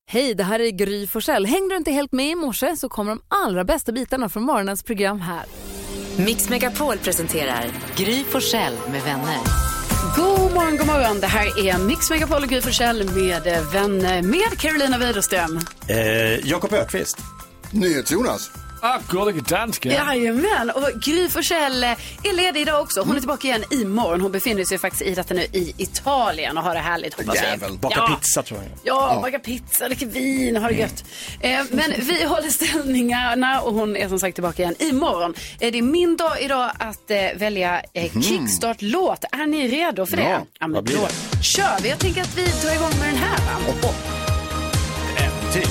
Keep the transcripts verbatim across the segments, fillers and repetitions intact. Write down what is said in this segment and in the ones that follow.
Hej, det här är Gry Forssell. Hängde du inte helt med i morse så kommer de allra bästa bitarna från morgonens program här. Mix Megapol presenterar Gry Forssell med vänner. God morgon, god morgon. Det här är Mix Megapol och Gry Forssell med vänner med Carolina Widerström. Eh, Jakob Ökvist. NyhetsJonas. Ah, gullige danska. Jajamän, och Gry Forssell är ledig idag också. Hon är tillbaka igen imorgon. Hon befinner sig faktiskt i detta nu i Italien och har det härligt, hoppas Jävel. vi. Baka ja. pizza tror jag. Ja, ja. baka pizza, dricka vin och har det gött. Eh, men vi håller ställningarna och hon är som sagt tillbaka igen imorgon. Eh, det är min dag idag att eh, välja eh, kickstart-låt. Är ni redo för det? Ja, ja men då kör vi. Jag tänker att vi drar igång med den här. Va? Oh, oh. Äventyr.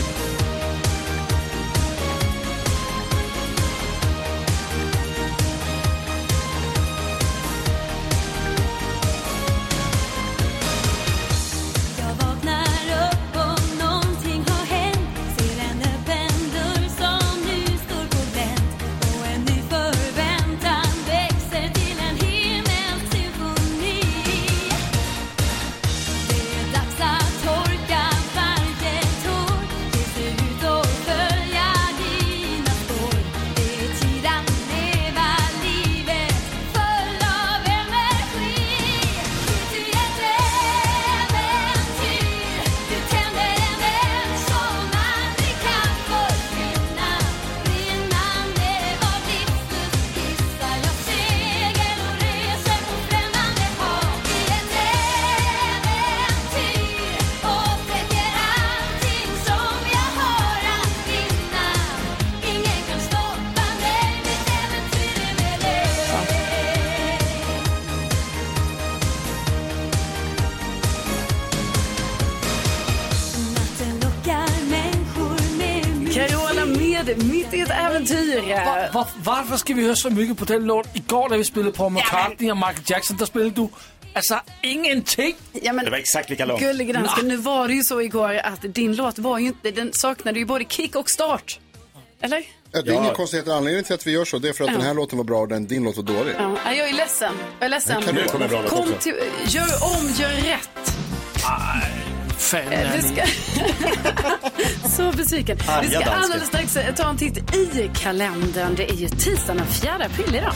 Mitt i ett äventyr. Var, var, varför ska vi höra så mycket på den låt? Igår när vi spelade på McCartney och Michael Jackson, där spelade du alltså ingenting. Ja, men, det var exakt lika långt. Gullige dansken, nu var det ju så igår att din låt var ju inte, den saknade ju både kick och start. Eller? Ja, det är ja. ingen konstighet. Anledningen till att vi gör så, det är för att ja. den här låten var bra och den, din låt var dålig. Ja, jag är ledsen. Jag är ledsen. Nu kommer bra låt Kom också. till, gör om, gör rätt. Aj, fan du ska... Så besviken. Vi ska alldeles strax ta en titt i kalendern. Det är ju tisdagen den fjärde april idag.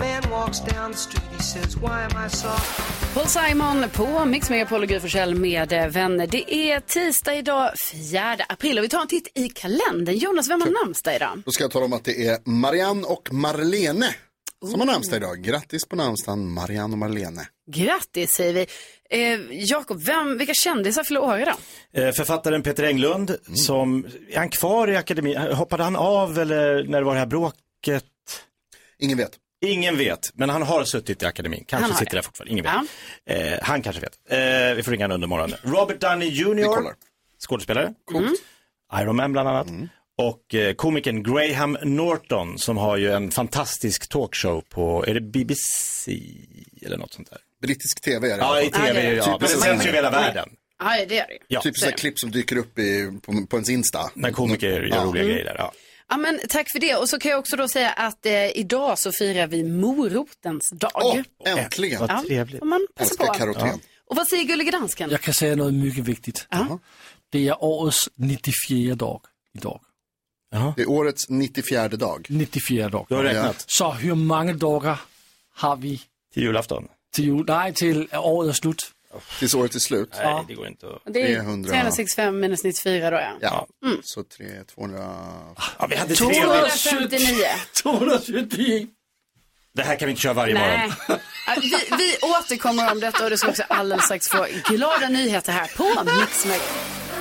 Paul Simon på Mix Megapol och Gry Forssell med vänner. Det är tisdag idag, fjärde april. Och vi tar en titt i kalendern. Jonas, vem har namnsdag idag? Då ska jag tala om att det är Marianne och Marlene som oh. har namnsdag idag. Grattis på namnsdagen, Marianne och Marlene. Grattis säger vi. Eh, Jakob, vem, vilka kändisar fyller år idag? Eh, författaren Peter Englund, mm. som, är han kvar i akademin? Hoppade han av eller när det var det här bråket? Ingen vet. Ingen vet, men han har suttit i akademin. Kanske sitter det. där fortfarande, ingen vet. Ja. Eh, han kanske vet. Eh, vi får ringa under morgonen. Robert Downey junior, skådespelare. Mm. Iron Man bland annat. Mm. Och eh, komikern Graham Norton som har ju en fantastisk talkshow på, är det B B C eller något sånt där? Brittisk tv är det. Ja, i tv, ja, det är det. ja. Men det sänds ju i hela världen. Ja, det är det. Ja. Typ sådana klipp som dyker upp i, på, på ens Insta. När komiker gör ja. roliga mm. grejer där, ja. Ja, men tack för det. Och så kan jag också då säga att eh, idag så firar vi morotens dag. Åh, äntligen. Vad trevligt. Ja, man älskar på. karoten. Ja. Och vad säger gullige dansken? Jag kan säga något mycket viktigt. Ja. Det är årets nittiofjärde dag idag. Jaha. Det är årets nittiofjärde dag. nittiofjärde dag. Du har räknat. Ja. Så hur många dagar har vi? Till julafton? Till jul, nej, till året är slut. Tills året är slut? Nej, ja. det går inte att... Det är trehundra... trehundrasextiofem minus nittiofyra då, ja. Ja, mm. så tre, tvåhundra... Ja, vi hade tvåhundrafemtionio. tvåhundrasjuttio. Det här kan vi inte köra varje Nej. morgon. vi, vi återkommer om detta och det ska också alldeles strax få glada nyheter här på Mix Megapol.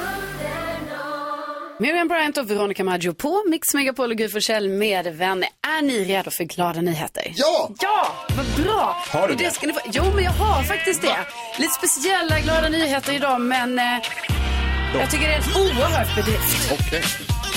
Miriam Bryant och Veronica Maggio på Mix Megapol och Gry Forssell med vänner. Är ni redo för glada nyheter? Ja! Ja, vad bra! Har du det? det? Ska ni få... Jo, men jag har faktiskt det. Lite speciella glada nyheter idag, men eh, jag tycker det är en oerhört bedrift. Okej. Okay.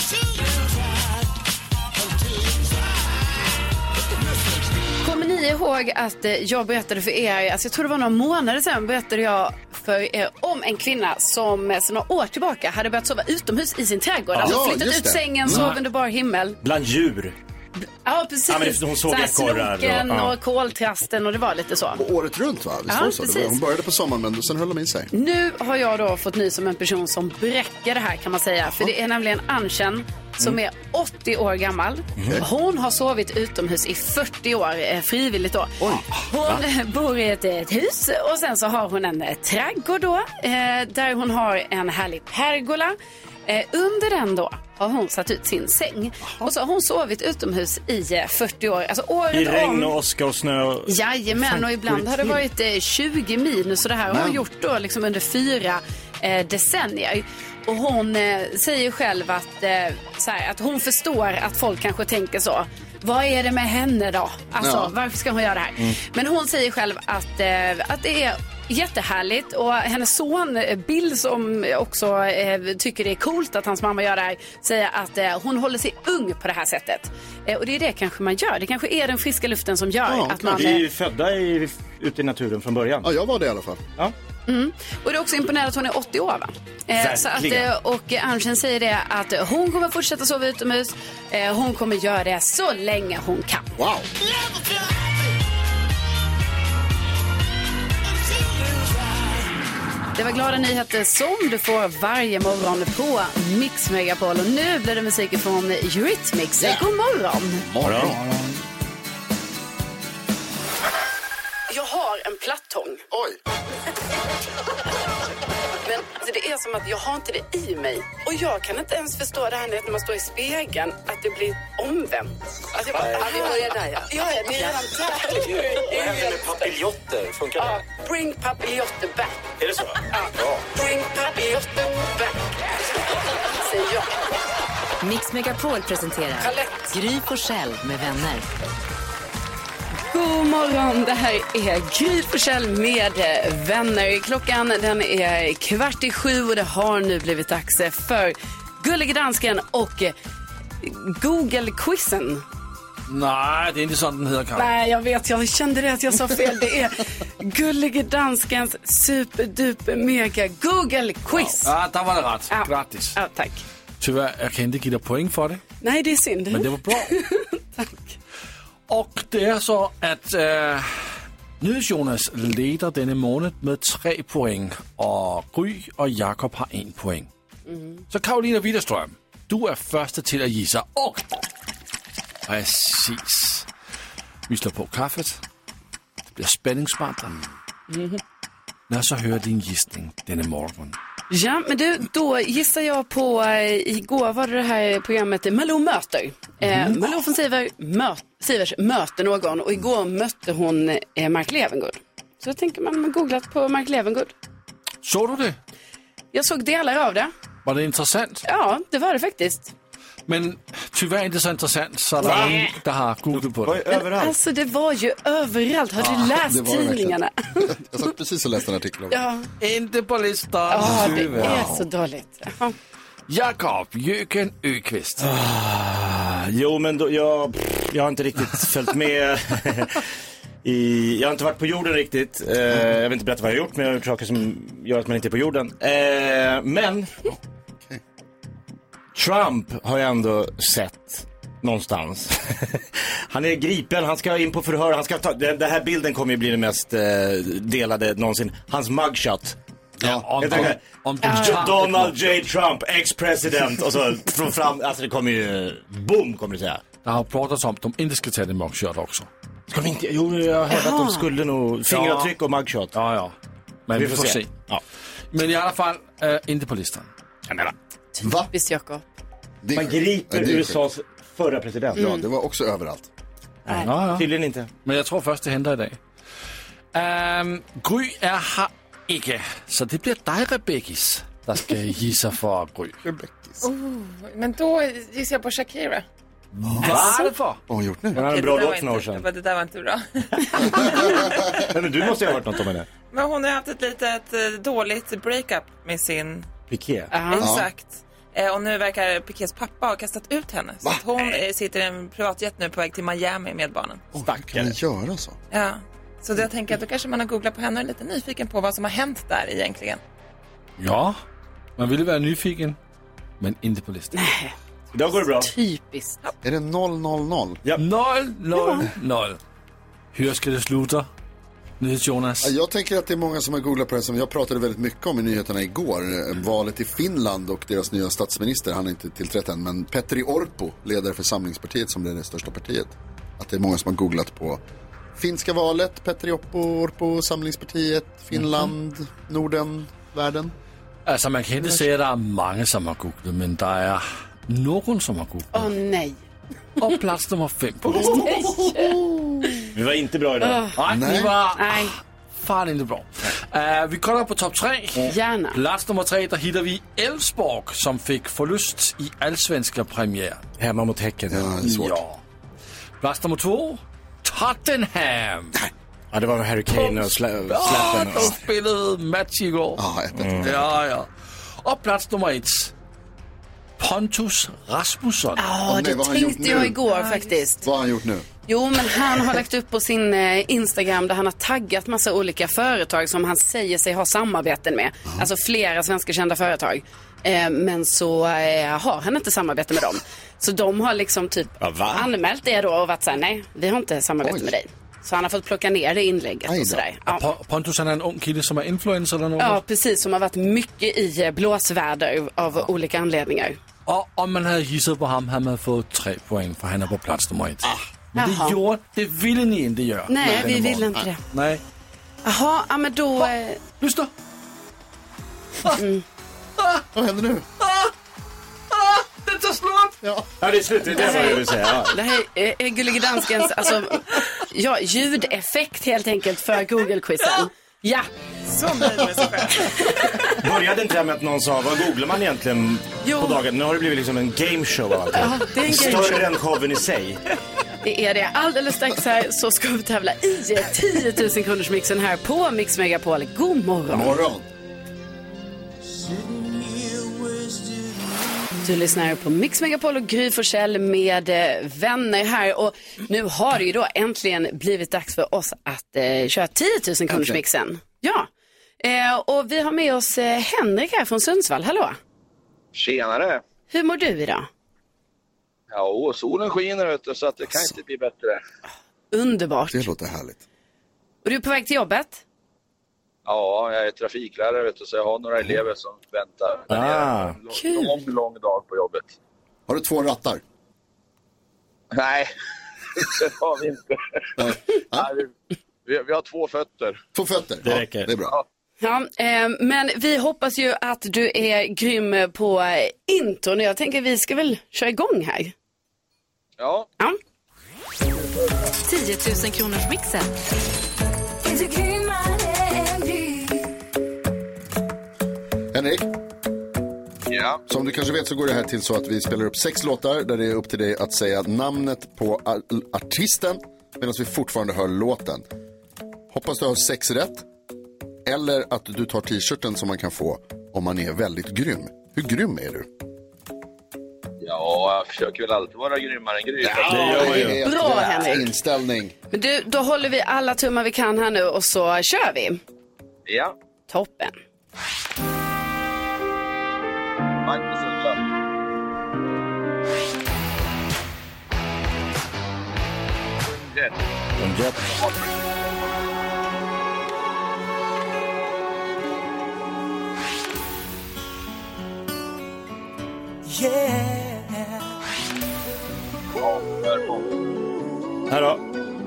Kommer ni ihåg att eh, jag berättade för er, alltså jag tror det var några månader sedan berättade jag för er om en kvinna som sedan några år tillbaka hade börjat sova utomhus i sin trädgård. Ja, alltså flyttat ut det. sängen, sov under bar himmel. Bland djur. Ja, precis. Ja, men det- hon såg ekorrar och- sloken och, ja. och koltrasten och det var lite så. Och året runt va? Visst Ja, var det så? precis. Hon började på sommaren men sen höll de i sig. Nu har jag då fått ny som en person som bräcker det här kan man säga. För det är nämligen Anchen som är åttio år gammal. Hon har sovit utomhus i fyrtio år, eh, frivilligt då. Hon eh, bor i ett, ett hus och sen så har hon en eh, trädgård då. Eh, där hon har en härlig pergola. Eh, under den då har hon satt ut sin säng. Och så har hon sovit utomhus i eh, fyrtio år. Alltså året I regn om. och åska och snö. Jajamän, och ibland har det varit eh, tjugo minus och det här har hon gjort då liksom under fyra eh, decennier. Och hon eh, säger själv att, eh, så här, att hon förstår att folk kanske tänker så. Vad är det med henne då? Alltså, Ja. varför ska hon göra det här? Mm. Men hon säger själv att, eh, att det är jättehärligt. Och hennes son eh, Bill som också eh, tycker det är coolt att hans mamma gör det här, säger att eh, hon håller sig ung på det här sättet. Eh, och det är det kanske man gör. Det kanske är den friska luften som gör Ja, att man... Vi är Eh, ju födda i, ute i naturen från början. Ja, jag var det i alla fall. Ja. Och det är också imponerande att hon är åttio år va? Eh, så att, Verkligen. eh, och Anchen säger det att hon kommer fortsätta sova utomhus. Eh, hon kommer göra det så länge hon kan. Wow! Det var glada nyheter som du får varje morgon på Mix Megapol. Och nu blir det musik från Eurythmics. Yeah. God morgon! Morgon. Jag har en plattång. Oj! Men alltså, det är som att jag har inte det i mig. Och jag kan inte ens förstå det här när man står i spegeln, att det blir omvänt. Alltså, jag bara, ja, vi börjar där, ja. Ja, det är redan där. Med papiljotter, funkar det? Ja, bring papiljotter back. Är det så? Ja, bring papiljotter back. Säger jag. Mix Megapol presenterar Palett. Gry Forssell med vänner. God morgon, det här är Gry Forssell med vänner. Klockan den är kvart i sju och det har nu blivit dags för Gullige Dansken och Google-quizen. Nej, det är inte sånt den hedder, Karin. Nej, jag vet, jag kände det att jag sa fel. Det är Gullige Danskens superduper mega Google-quiz. Ja, där var det rätt. Ja. Grattis. Ja, tack. Tyvärr, jag kan inte ge dig poäng för det. Nej, det är synd. Men det var bra. Tack. Och det är så att äh, NyhetsJonas leder denne månad med tre poäng. Och Gry och Jakob har en poäng. Mm. Så Karolina Widerström, du är första till att gissa. Och precis. Vi slår på kaffet. Det blir spänningsbart. Mm. När så hör din gissning denna morgon. Ja, men du, då gissar jag på, eh, igår var det det här programmet Malou möter. Eh, Malou von Siver, mö, Sivers möter någon och igår mötte hon eh, Mark Levengood. Så då tänker man, man googlat på Mark Levengood. Såg du det? Jag såg delar av det. Var det intressant? Ja, det var det faktiskt. Men tyvärr inte så intressant, så der er ingen, der har googlet på Var det. ju överallt. Alltså det var ju överallt. Har du det läst var det tidningarna? Jag satt precis och läste en artikel om det. Ja, Inte på listan. ja det tyvärr. är så dåligt. Ja. Jakob Jöken Öqvist. Jo, men då, jag, jag har inte riktigt följt med. I, jag har inte varit på jorden riktigt. Eh, jag vill inte berätta vad jag har gjort, men jag har gjort saker som gör att man inte är på jorden. Eh, men Trump har jag ändå sett någonstans. Han är gripen, han ska in på förhör. Han ska ta, den, den här bilden kommer ju bli den mest eh, delade någonsin. Hans mugshot. Ja, om, Jag om, tänker, om du Jo- Donald J. Trump, ex-president. Och så från fram, alltså det kommer ju, boom kommer det säga. Der har pratats om, de inte ska ta det mugshot också. Ska de inte, jo, jag hörde att de skulle nog, fingeravtryck och mugshot. Ja, ja. Men vi, får se. Ja. Men i alla fall, äh, inte på listan. Jag menar, Va? Visst Jakob? Det är man sjukt. griper Ja, det är U S A's förra president. sjukt. Ja, det var också överallt. Nej. Ja, ja. Tydligen inte. Men jag tror först det händer idag. Um, Gry är här ikke, så det blir dig, Rebeckis, der skal gissa for Gry. Rebeckis. Men då gissar jag på Shakira. Varför? Vad har hon gjort nu? Han hade en Det bra där var låt för några år inte- sedan. Det det där var inte bra. Nej, men du måste ju ha hört något om henne. Men hon har haft ett litet eh, dåligt breakup med sin... Piqué. Ja. Exakt. Eh, och nu verkar Piqués pappa ha kastat ut henne. Så att hon eh, sitter i en privatjet nu på väg till Miami med barnen. Kan man göra så? Ja. Så då jag tänker att då kanske man har googlat på henne och är lite nyfiken på vad som har hänt där egentligen. Ja, man ville være nyfiken, men inte på listan. Idag går det bra. Typiskt. Är det noll noll noll? Ja. Noll, noll, noll. Hur ska det sluta? Jonas. Jag tänker att det är många som har googlat på det som jag pratade väldigt mycket om i nyheterna igår. Valet i Finland och deras nya statsminister, han är inte tillträtt än, men Petteri Orpo, ledare för Samlingspartiet som är det största partiet. Att det är många som har googlat på finska valet, Petteri Orpo, Orpo, Samlingspartiet, Finland, mm. Norden, världen. Alltså man kan inte säga att det är många som har googlat, men det är någon som har googlat. Åh oh, nej. Och plats nummer fem på listan. Vi var inte bra idag. Uh, nej, vi var nej. fan inte bra. Uh, vi kollar på topp tre. Gärna. Plats nummer tre, där hittar vi Elfsborg som fick förlust i allsvenska premiär. Hemma mot Häcken. Ja, det är svårt. Ja. Plats nummer två, Tottenham. Ja, det var med Harry Kane och slä- Ja, släppen. de spelade match igår. Ja, ett, ett. Mm. Ja, ja. Och plats nummer ett, Pontus Rasmusson. Ja, nej, det vad har han tänkte gjort jag nu? igår faktiskt. Vad har han gjort nu? Jo, men han har lagt upp på sin eh, Instagram där han har taggat massa olika företag som han säger sig ha samarbeten med. Mm. Alltså flera svenska kända företag. Eh, men så eh, har han inte samarbete med dem. Så de har liksom typ ja, anmält det då och varit såhär, nej, vi har inte samarbete Oj. med dig. Så han har fått plocka ner det inlägget och sådär. Ja. Pontus är en ung kille som är influencer eller något? Ja, precis. Som har varit mycket i blåsväder av ja. olika anledningar. Och om man hade gissat på ham hade man fått tre poäng för han är på plats nummer ett. Ah. Men det, gjorde, det ville ni inte göra. Nej, vi ville inte det. Nej. Jaha, ja men då... Eh... Lyssna. Mm. Ah. Vad händer nu? Ah. Ah. Det tar slut. Ja. ja, det är slut. Det är det, det här, jag vill säga. Ja. Det här är, är Gullige Danskens alltså, ja, ljudeffekt helt enkelt för Google-quizen. Ja. Så nöjd med sig själv. Började inte det med att någon sa, vad googlar man egentligen jo. på dagen? Nu har det blivit liksom en gameshow av allt. Ja, det är en gameshow. Större än showen i sig. Det är det. Alldeles strax här så ska vi tävla i tio tusen kronors mixen här på Mix Megapol. God morgon. God morgon. Du lyssnar på Mix Megapol och Gry Forssell med vänner här. Och nu har det ju då äntligen blivit dags för oss att eh, köra tio tusen kronors mixen. Ja. Eh, och vi har med oss eh, Henrik här från Sundsvall. Hallå. Tjenare. Hur mår du idag? Ja, solen skiner vet du, så att det kan så. inte bli bättre. Underbart. Det låter härligt. Och du är på väg till jobbet? Ja, jag är trafiklärare vet du, så jag har några elever som väntar. Ah, en lång, lång, lång dag på jobbet. Har du två rattar? Nej, det har vi inte. Nej, vi, vi, vi har två fötter. Två fötter? Det räcker. Ja, det är bra. Ja. Ja, eh, men vi hoppas ju att du är grym på eh, intron. Jag tänker vi ska väl köra igång här. Ja. Ja. tio tusen kronors mixen. Henrik? Ja. Som du kanske vet så går det här till så att vi spelar upp sex låtar där det är upp till dig att säga namnet på artisten medan vi fortfarande hör låten. Hoppas du har sex rätt. Eller att du tar t-shirten som man kan få om man är väldigt grym. Hur grym är du? Ja, jag försöker väl alltid vara grymmare än Gry. Ja, det gör man ju. Bra, Henrik. Inställning. Men du, då håller vi alla tummar vi kan här nu och så kör vi. Ja. Toppen. Magnus Uggla. Jet. Jet. Yeah. Ja, därifrån. Här då.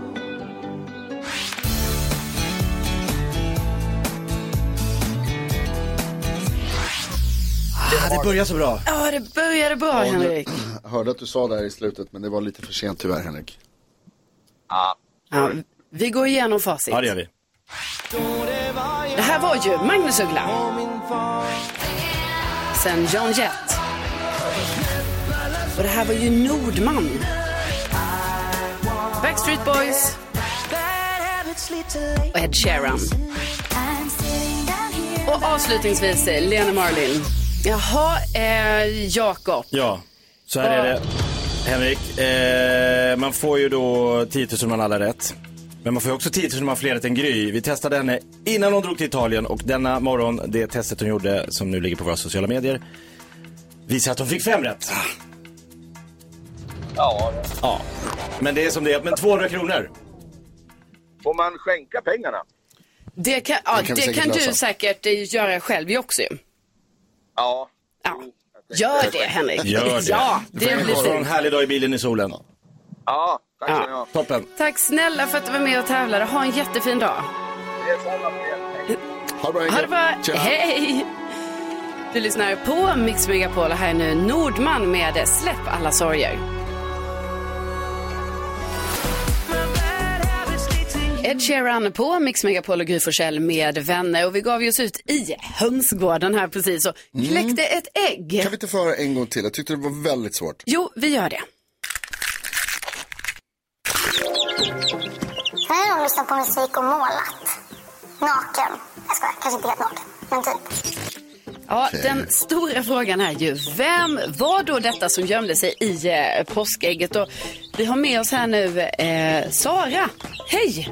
Ah, det börjar så bra. Ja, det började bra, ja, Henrik. Jag hörde att du sa det här i slutet, men det var lite för sent tyvärr, Henrik. Ja. Ja, vi går igenom facit. Ja, det gör vi. Det här var ju Magnus Uggla. Sen John Jett. Och det här var ju Nordman. Backstreet Boys. Och Ed Sheeran. Och avslutningsvis Lena Marlin. Jaha, eh, Jakob. Ja, så här är det. Henrik, eh, man får ju då tio tusen om man alla rätt. Men man får ju också tio tusen om man har fler rätt än Gry. Vi testade henne innan hon drog till Italien. Och denna morgon, det testet hon gjorde som nu ligger på våra sociala medier, visar att hon fick fem rätt. Ja, Ja. Men det är som det är. Men tvåhundra kronor. får man skänka pengarna? Det kan, ja, Det kan vi det säkert kan du lösa. säkert eh, göra själv ju också. ju. Ja. Ja. Gör det, Henrik. Gör det. Ja, det blir Ha en fint. härlig dag i bilen i solen. Ja, tack Ja. ska ni ha. Toppen. Tack snälla för att du var med och tävlade. Ha en jättefin dag. Det är samma för er. Hej. Ha det bra, Ha det bra. Tja. Hej! Du lyssnar på Mix Megapol. Här är nu Nordman med Släpp alla sorger. Ed Sheeran på Mix Megapol och Gry Forssell med vänner. Och vi gav oss ut i hönsgården här precis och kläckte ett ägg. Kan vi inte få höra en gång till? Jag tyckte det var väldigt svårt. Jo, vi gör det. Jag har lyssnat på musik och målat. Naken. Jag skojar, kanske inte helt naken, men typ. Ja, den stora frågan är ju, vem var då detta som gömde sig i eh, påskägget? Och vi har med oss här nu eh, Sara. Hej!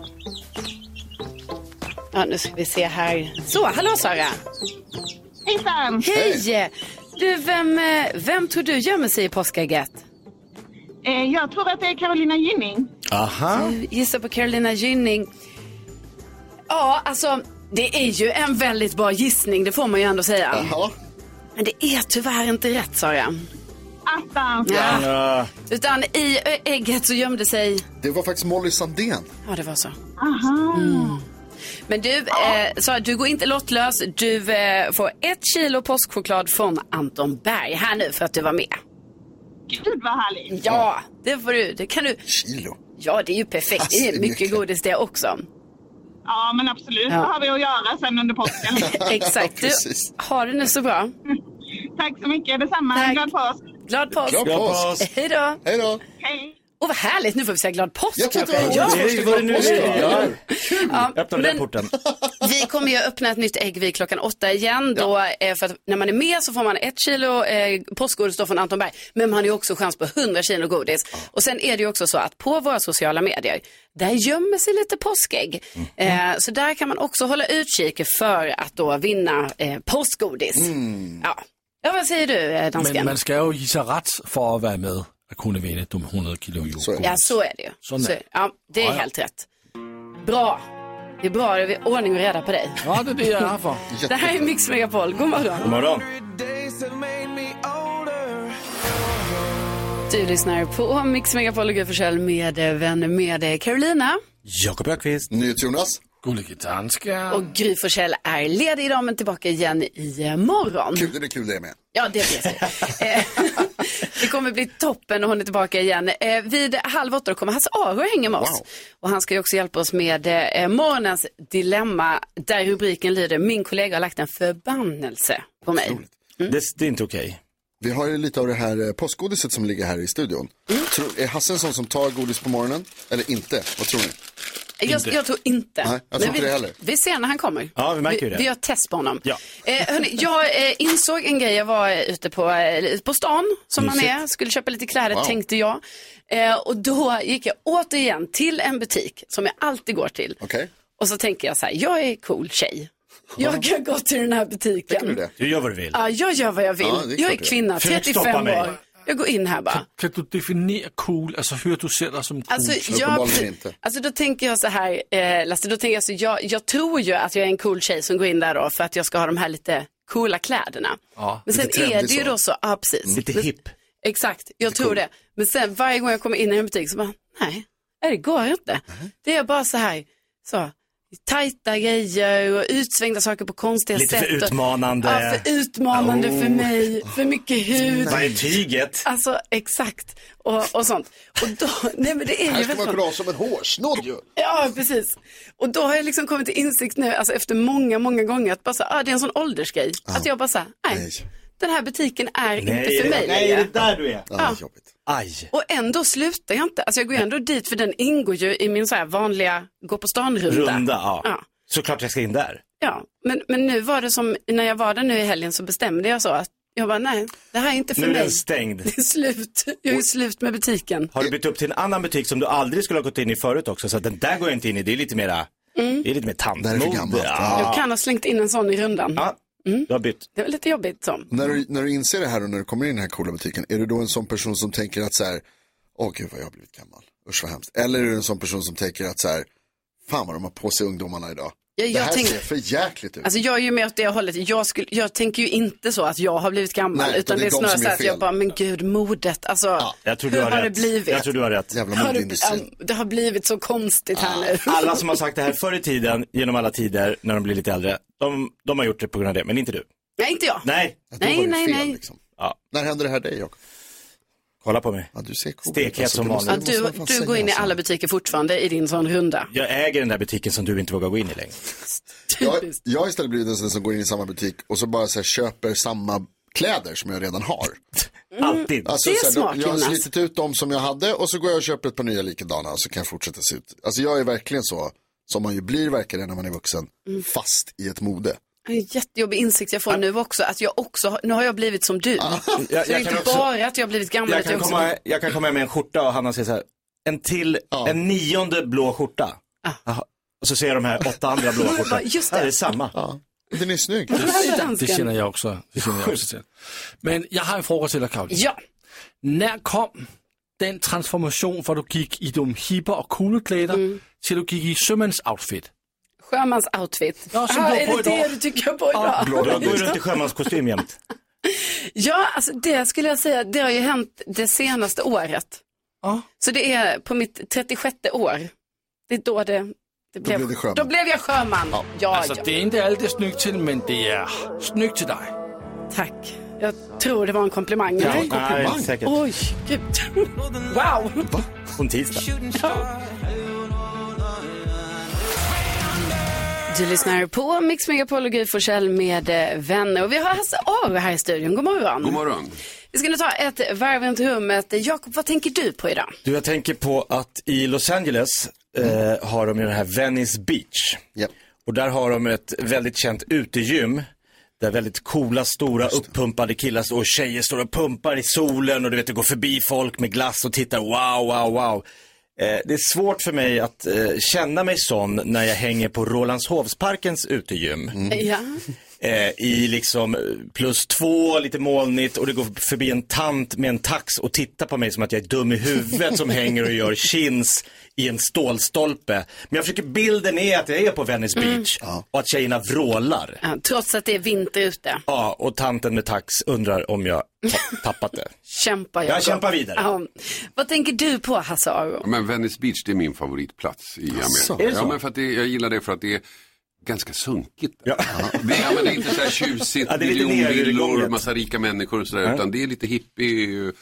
Ja, nu ska vi se här. Så, hallå Sara! Hejsan! Hej! Du, vem, eh, vem tror du gömmer sig i påskägget? Eh, jag tror att det är Carolina Gynning. Aha. Du gissar på Carolina Gynning. Ja, alltså, det är ju en väldigt bra gissning, det får man ju ändå säga. Jaha. Men det är tyvärr inte rätt, Sara. Attans. Ja. Ja. Utan i ö, ägget så gömde sig... Det var faktiskt Molly Sandén. Ja, det var så. Aha. Mm. Men du, eh, Sara, du går inte lottlös. Du eh, får ett kilo påskchoklad från Anton Berg här nu för att du var med. Gud vad härligt. Ja, det får du. Det kan du. Kilo. Ja, det är ju perfekt. Alltså, Det det är är mycket mycket. godis det också. Ja, men absolut. Ja. Det har vi att göra sen under påsken. Exakt. Du, Ja, precis. har det nu så bra. Tack så mycket. Detsamma. Tack. Glad påsk. Glad påsk. Glad Glad påsk. påsk. Hej då. Hej då. Hej. Och vad härligt, nu får vi säga glad påsk. Jag tyckte det var ja. roligt. Det är vad det nu är. Ja. Ja, Öppna den men porten. vi kommer ju öppna ett nytt ägg vid klockan åtta igen. Då, eh, för att när man är med så får man ett kilo eh, påskgodis då från Anton Berg. Men man har ju också chans på hundra kilo godis. Och sen är det ju också så att på våra sociala medier, där gömmer sig lite påskägg. Eh, så där kan man också hålla utkik för att då vinna eh, påskgodis. Ja. Ja, vad säger du, eh, dansken? Men man ska ju gissa rätt för att vara med och kunna vinna de hundra kilo Så är jord. det. Ja, så är det ju. Sån är Så, det. ja, det är Ja, ja. helt rätt. Bra. Det är bra, det är ordning och reda på dig. Ja, det är det jag är här för. Det här är Mix Megapol. God morgon. God morgon. Du lyssnar på Mix Megapol och Gry Forssell med eh, vänner med eh, Carolina. Jakob Öqvist. NyhetsJonas. Gullige danska. Och Gry Forssell är ledig idag men tillbaka igen i eh, morgon. Kul, det är kul det är med. Ja, det vet jag. Eh, Det kommer bli toppen och hon är tillbaka igen. Eh, vid halv åtta kommer Hasse Aro hänga med oss. Wow. Och han ska ju också hjälpa oss med eh, morgonens dilemma. Där rubriken lyder: min kollega har lagt en förbannelse på mig. Det, det är inte okej. Vi har ju lite av det här eh, postgodiset som ligger här i studion. Tror, är Hasse en sån som tar godis på morgonen? Eller inte? Vad tror ni? Jag, jag tror inte. Nej, jag tror Men inte vi, det heller. vi ser när han kommer. Ja, vi märker ju det. Vi gör test på honom. Ja. Eh, hörni, jag eh, insåg en grej. Jag var eh, ute på, eh, på stan, som man Mysigt. är. Skulle köpa lite kläder, Wow. tänkte jag. Eh, och då gick jag återigen till en butik som jag alltid går till. Okej. Och så tänker jag så här, jag är cool tjej. Jag kan gå till den här butiken. Tänker du det? Du gör vad du vill. Ja, jag gör vad jag vill. Ja, det är jag är klart det är. kvinna, Försök stoppa trettiofem mig. år. Jag går in här bara. Kan du definiera cool, alltså hur du ser dig som cool? Alltså, jag, uppenbarligen inte. alltså då tänker jag så här, eh, Lasse, då tänker jag så, jag, jag tror ju att jag är en cool tjej som går in där då för att jag ska ha de här lite coola kläderna. Ja, men sen lite är trendig det ju så. då så, ja precis. Lite Men- hipp. Exakt, jag tror cool. det. Men sen varje gång jag kommer in i en butik så bara, nej, nej det går inte. Det är bara så här, så, tajta grejer och utsvängda saker på konstiga Lite sätt. för och- utmanande. Ja, för utmanande Oh. för mig, för mycket hud. Vad är tyget? Alltså exakt, och, och sånt. Och då, nej men det är ju Här ska väldigt man kunna ha som en hårsnodd ju. Ja, precis. Och då har jag liksom kommit till insikt nu, alltså efter många, många gånger, att bara så, ah, det är en sån åldersgrej. Att jag bara så, nej, Nej. den här butiken är inte för det- mig nej, längre. det är där du är. Ja, jobbigt. Aj. Och ändå slutar jag inte. Alltså jag går ju ändå dit, för den ingår ju i min så här vanliga gå på stan-runda. Runda, ja. Ja. Såklart jag ska in där. Ja, men, men nu var det som, när jag var där nu i helgen så bestämde jag så att jag bara, nej, det här är inte för Nu är mig. den stängd. Det är slut. Jag är slut med butiken. Har du bytt upp till en annan butik som du aldrig skulle ha gått in i förut också? Så att den där går jag inte in i. Det är lite mera, Mm. det är lite mer Det här är för tandmod. gammalt. Ja. Jag kan ha slängt in en sån i rundan. Ja, du har bytt. Det var lite jobbigt så. När du, när du inser det här och när du kommer in i den här coola butiken, är du då en sån person som tänker att så här, åh gud vad jag har blivit gammal. Usch vad hemskt. Eller är du en sån person som tänker att så här, fan vad de har på sig ungdomarna idag. Jag, jag det här tänk... ser för jäkligt ut. Alltså jag är ju med åt det hållet. Jag, skulle, jag tänker ju inte så att jag har blivit gammal. Nej, utan det är, det är de snarare som så är att fel. jag bara, men gud, modet. Alltså, Ja, jag tror du hur har, har rätt. det blivit? Jag tror du har rätt. Jävla Har det, modeindustrin. det har blivit så konstigt här nu. Alla som har sagt det här förr i tiden, genom alla tider, när de blir lite äldre, de, de har gjort det på grund av det, men inte du. Nej, inte jag. Nej. Ja, då Nej, var det nej, fel, nej. Liksom. Ja. När händer det här dig, Jakob? Kolla på mig. Ja, du ser cool. Stekhet som det måste- vanligt. det Ja, måste du man fan du går säga, in i alltså. alla butiker fortfarande i din sån runda. Jag äger den där butiken som du inte vågar gå in i längre. Jag, Typiskt. jag har istället blivit en sån som går in i samma butik och så bara så här, köper samma kläder som jag redan har. Alltid. Alltså, Det är så här, smart, de, jag har Jonas. slitit ut dem som jag hade och så går jag och köper ett par nya likadana och så kan jag fortsätta se ut. Alltså jag är verkligen så, som man ju blir verkligen när man är vuxen, Mm. fast i ett mode. En jättejobbig insikt jag får nu också. Att jag också, har- nu har jag blivit som du. Jag, Så det är jag, inte kan också, bara att jag har blivit gammal. jag, att kan jag, också... komma, jag kan komma med en skjorta och Hanna säger så här, en till, Ja. en nionde blå skjorta. Jaha. Och så ser jag de här åtta andra blå skjortorna. Just det. Ja, det är samma. Ja, den är snygg. Det känner jag också. Det känner jag också till. Men jag har en fråga till dig, Caroline. Ja, När kom den transformation från du gick i de hippa och coola kläder Mm. till du gick i sjömans outfit? sjömans outfit. Ja, som ah, du har är på det det idag. du tycker på idag? Du går ju runt i sjömanskostym jämt. Ja, alltså det skulle jag säga, det har ju hänt det senaste året. Ja. Så det är på mitt trettiosjätte år. Det är då det, det blev, blev det sjöman. Då blev jag sjöman. Ja, ja, Alltså det är inte allt det är snyggt till, men det är snyggt till dig. tack. Jag tror det var en komplimang. Ja, Nej. Nej, säkert. Oj, gud. Wow. På en tisdag. Du lyssnar på Mix Megapol och Gry Forssell med eh, vänner. Och vi har Hasse Aro här i studion. God morgon. God morgon. Vi ska nu ta ett varv runt rummet. Jakob, vad tänker du på idag? Du, jag tänker på att i Los Angeles eh, har de ju den här Venice Beach. Ja. Och där har de ett väldigt känt utegym. Där väldigt coola, stora, uppumpade killar och tjejer står och pumpar i solen. Och du vet, det går förbi folk med glass och tittar, wow, wow, wow. Eh, det är svårt för mig att eh, känna mig sån när jag hänger på Rålambshovsparkens utegym. Ja. Eh, I liksom plus två, lite molnigt, och det går förbi en tant med en tax och tittar på mig som att jag är dum i huvudet som hänger och gör chins i en stålstolpe. Men jag försöker, bilden är att jag är på Venice Beach och att tjejerna vrålar. Ja, trots att det är vinter ute. Ja, och tanten med tax undrar om jag har tappat det. Kämpa, Jakob. Jag kämpar vidare. Ja. Vad tänker du på, Hasse Aro? Men Venice Beach, det är min favoritplats i Asså, Amerika. är det så? Ja, men för att det, jag gillar det för att det är ganska sunkigt. Ja. Det, ja, men det är inte så här tjusigt, Ja, det är lite miljonvillor, nergånget. massa rika människor och sådär, Ja. utan det är lite hippie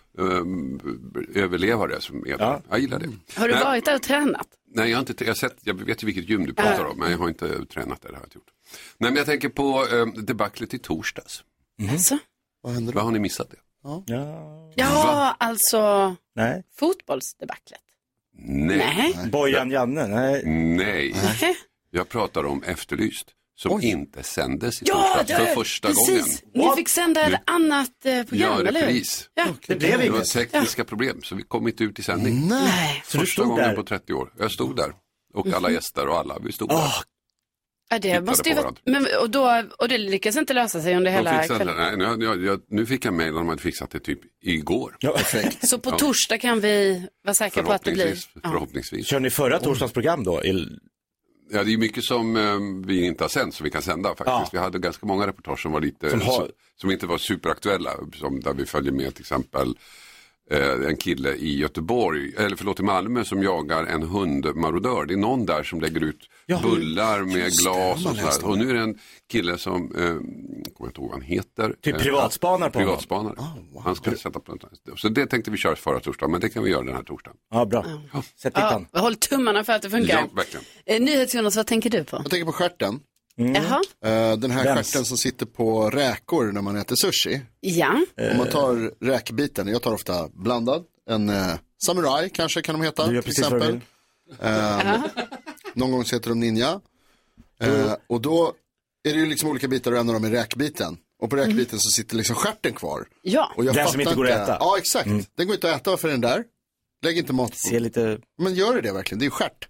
um, överlevare som är där. Ja. Jag gillar det. Har du Nej, varit där och tränat? Nej, jag har inte, jag har sett, jag vet ju vilket gym du pratar om, men jag har inte tränat där, det har jag inte gjort. Nej, men jag tänker på um, debaclet i torsdags. Alltså? Vad händer då? Vad har ni missat det? Ja. Ja, alltså Nej. fotbollsdebaclet. Nej. Nej. Bojan Janne, nej. Nej. Nej. Jag pratar om Efterlyst. Som inte sändes i Ja, torsdags det för första precis. gången. Ni fick sända ett annat eh, program, Ja, eller hur? repris. Ja. Det blev Det var inget. tekniska problem, så vi kom inte ut i sändning. Nej. Så du Första stod gången där? på trettio år. Jag stod där. Och alla gäster och alla, vi stod Åh, där. Ja, det Tittade måste ju på vara... Men, och, då, och det lyckas inte lösa sig under De hela fixade, kvällen. nej, nu, jag, jag, nu fick jag mejl om att de hade fixat det typ igår. ja, perfekt. Så på Ja. torsdag kan vi vara säkra på att det blir... Förhoppningsvis. Ja. förhoppningsvis. Kör ni förra torsdagens program då? I... Ja, det är mycket som eh, vi inte har sänt som vi kan sända faktiskt. Ja. Vi hade ganska många reportage som var lite, Som som, har- som inte var superaktuella. Som där vi följer med till exempel eh, en kille i Göteborg, eller förlåt i Malmö som jagar en hundmarodör. Det är någon där som lägger ut Ja. bullar med Just det, glas man och läste sådär. Och nu är det en kille som, eh, kommer jag inte ihåg vad han heter. Typ Eh, privatspanar på honom. Privatspanare. Han ska sätta på Så det tänkte vi köra förra torsdagen, men det kan vi göra den här torsdagen. Ja, bra. Sätt dit Ja, han. håll tummarna för att det funkar. Ja, verkligen. Eh, NyhetsJonas, vad tänker du på? Jag tänker på stjärten. Jaha, Eh, den här Vems? stjärten som sitter på räkor när man äter sushi. ja. Om man tar räkbiten, jag tar ofta blandad. En eh, samurai kanske kan de heta Du gör till precis vad du exempel. vill. Eh, någon gång så heter de ninja. Eh, och då är det ju liksom olika bitar och en av dem är räkbiten. Och på räkbiten så sitter liksom stjärten kvar. Ja, Och jag Den fattar som inte går att äta. Ja, exakt. Den går inte att äta, varför är den där? Lägg inte mat på. Se lite... Men gör det det verkligen? Det är ju stjärt.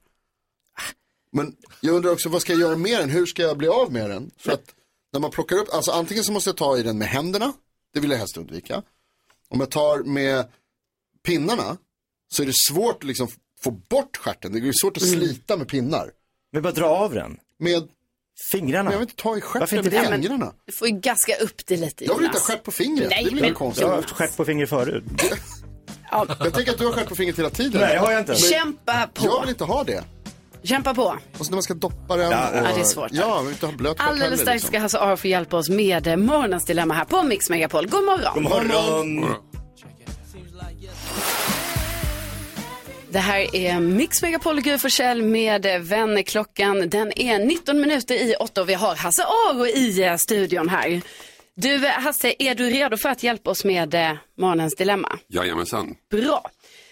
Men jag undrar också, vad ska jag göra med den? Hur ska jag bli av med den? För att när man plockar upp, alltså antingen så måste jag ta i den med händerna. Det vill jag helst undvika. Om jag tar med pinnarna, så är det svårt att liksom få bort stjärten. Det är svårt att slita med pinnar. Men bara dra av den. Med fingrarna. Men jag vill inte ta i stjärten med det? fingrarna. Du får ju gaska upp det lite. Jag vill inte ha stjärt på fingret. Nej, det blir men... konstigt. Jag har haft stjärt på fingret förut. Ja. Jag tänker att du har stjärt på fingret hela tiden. Nej, jag har jag inte. Kämpa på. Jag vill inte ha det. Kämpa på. Och så när man ska doppa den. Ja, och... ja det är svårt. Ja, vi vill inte ha blöt stjärt Alldeles strax liksom. ska Hasse Aro få hjälpa oss med morgonens dilemma här på Mix Megapol. God morgon. God morgon. Mm. Det här är Mix Megapol och Gry Forssell med vännerklockan. Den är nitton minuter i åtta och vi har Hasse Aro i studion här. Du Hasse, är du redo för att hjälpa oss med eh, morgonens dilemma? Jajamensan. Bra.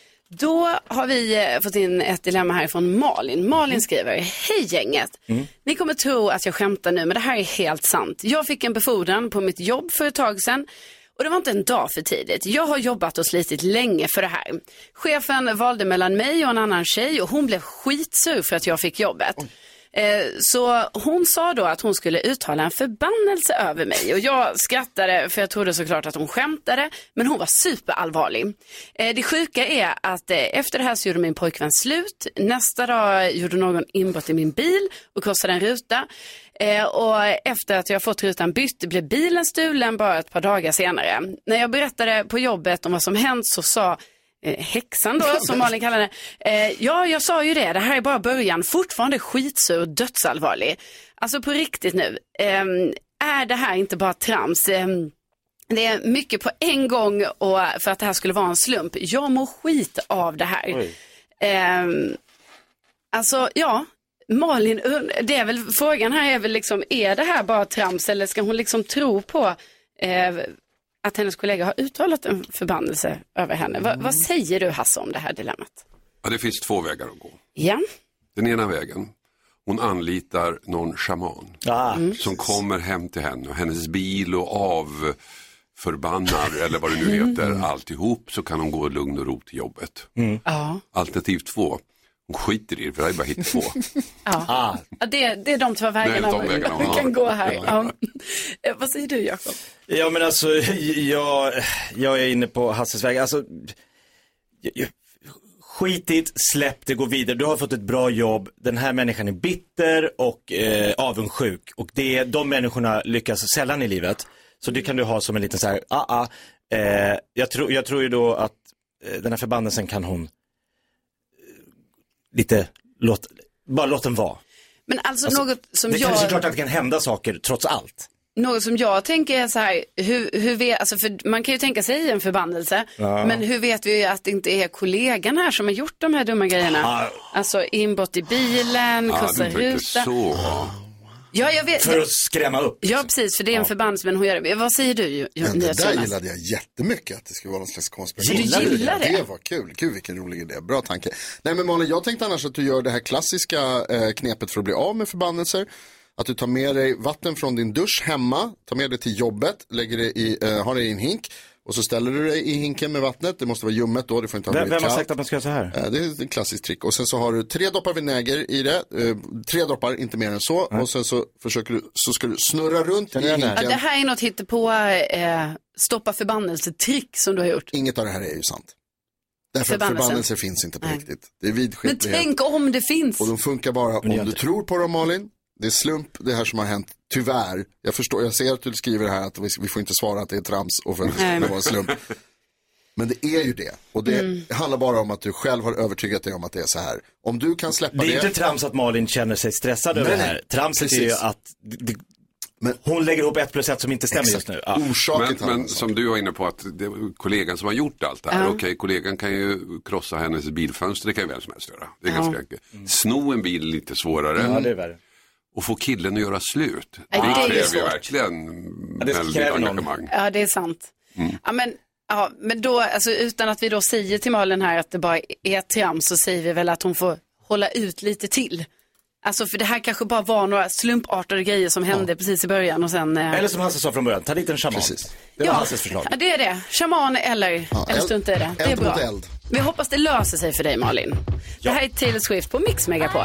Då har vi eh, fått in ett dilemma här från Malin. Malin skriver, hej gänget. Mm. Ni kommer tro att jag skämtar nu, men det här är helt sant. Jag fick en befordran på mitt jobb för ett tag sedan. Och det var inte en dag för tidigt. Jag har jobbat och slitit länge för det här. Chefen valde mellan mig och en annan tjej och hon blev skitsur för att jag fick jobbet. Eh, så hon sa då att hon skulle uttala en förbannelse över mig. Och jag skrattade för jag trodde såklart att hon skämtade. Men hon var superallvarlig. Eh, det sjuka är att eh, efter det här så gjorde min pojkvän slut. Nästa dag gjorde någon inbrott i min bil och krossade en ruta. Eh, och efter att jag fått rutan bytt blev bilen stulen bara ett par dagar senare. När jag berättade på jobbet om vad som hänt så sa eh, häxan då, som Malin kallar det. Eh, ja, jag sa ju det. Det här är bara början. Fortfarande skitsur och dödsallvarlig. Alltså på riktigt nu. Eh, är det här inte bara trams? Eh, det är mycket på en gång och för att det här skulle vara en slump. Jag mår skit av det här. Eh, alltså, ja... Malin, det är väl, frågan här är väl liksom, är det här bara trams eller ska hon liksom tro på eh, att hennes kollega har uttalat en förbannelse över henne? Va, vad säger du Hasse om det här dilemmat? Ja, det finns två vägar att gå. Ja. Den ena vägen, hon anlitar någon shaman ah. mm. som kommer hem till henne och hennes bil och av förbannar eller vad det nu heter, mm. alltihop så kan hon gå lugn och ro till jobbet. Mm. Ja. Alternativ två. Hon skiter i det, för det är bara hit två. Ja, ah. ja det, det är de två vägarna de vägarna vi kan gå här. Ja. Ja. Vad säger du Jakob? Ja men alltså, jag, jag är inne på Hasses väg. Alltså, jag, skitigt, släpp det, gå vidare. Du har fått ett bra jobb. Den här människan är bitter och eh, avundsjuk. Och det, de människorna lyckas sällan i livet. Så det kan du ha som en liten så här, ah, ah. Eh, jag, tro, jag tror ju då att eh, den här förbannelsen kan hon lite, låt, bara låt den vara. Men alltså, alltså något som det jag... kanske är klart att det kan hända saker trots allt. Något som jag tänker är så här, hur, hur vet, alltså för man kan ju tänka sig en förbannelse, ja. Men hur vet vi att det inte är kollegan här som har gjort de här dumma grejerna? Ah. Alltså inbrott i bilen, ah, krossa ruta. Så. Ja, jag vet. För att skrämma upp. Ja, precis, för det är en ja. förbannelse, men hon gör det. Vad säger du? Ja, det där gillade jag jättemycket, att det skulle vara någon slags konspiration. Du gillar det? Det var kul. Gud, vilken rolig idé. Bra tanke. Nej, men Malin, jag tänkte annars att du gör det här klassiska eh, knepet för att bli av med förbannelser. Att du tar med dig vatten från din dusch hemma, tar med det till jobbet, lägger det i, eh, har det i en hink. Och så ställer du dig i hinken med vattnet. Det måste vara ljummet då, det får inte ha Vem, blivit vem kallt. har sagt att man ska göra så här? Det är ett klassiskt trick. Och sen så har du tre droppar vinäger i det. Eh, tre droppar, inte mer än så. Mm. Och sen så försöker du, så ska du snurra runt i hinken. Ja, det här är något hittepå eh, stoppa förbannelsetrick som du har gjort. Inget av det här är ju sant. Därför att förbannelser finns inte på Nej. riktigt. Det är vidskeplighet. Men tänk om det finns. Och de funkar bara om du tror på dem, Malin. Det är slump det här som har hänt, tyvärr. Jag förstår, jag ser att du skriver här att vi, vi får inte svara att det är trams och för att det var en slump. Men det är ju det. Och det mm. handlar bara om att du själv har övertygat dig om att det är så här. Om du kan släppa det. Det är det... inte trams att Malin känner sig stressad Nej, över det här. Tramset är ju att det, men, hon lägger ihop ett plus ett som inte stämmer exakt. Just nu. Ja. Orsaken men men som du var inne på att det är kollegan som har gjort allt det här. Uh. Okej, okay, kollegan kan ju krossa hennes bilfönster. Det kan ju vem som helst göra. Det är uh. ganska enkelt. Mm. Sno en bil lite svårare. Ja, det är värre. Och få killen att göra slut. Ja, det, det kräver ju verkligen ja, det väldigt engagemang. Ja, det är sant. Mm. Ja, men, ja, men då, alltså, utan att vi då säger till Malin här att det bara är trams, så säger vi väl att hon får hålla ut lite till. Alltså för det här kanske bara var några slumpartade grejer som hände ja. precis i början och sen... Eh... Eller som Hasse sa från början, ta dit en shaman. Precis. Det var ja. Hasses förslag. Ja, det är det. Shaman eller, ja, eller strunta i det. Det är bra. Eld. Vi hoppas det löser sig för dig, Malin. Ja. Det här är Taylor Swift på Mix Megapol.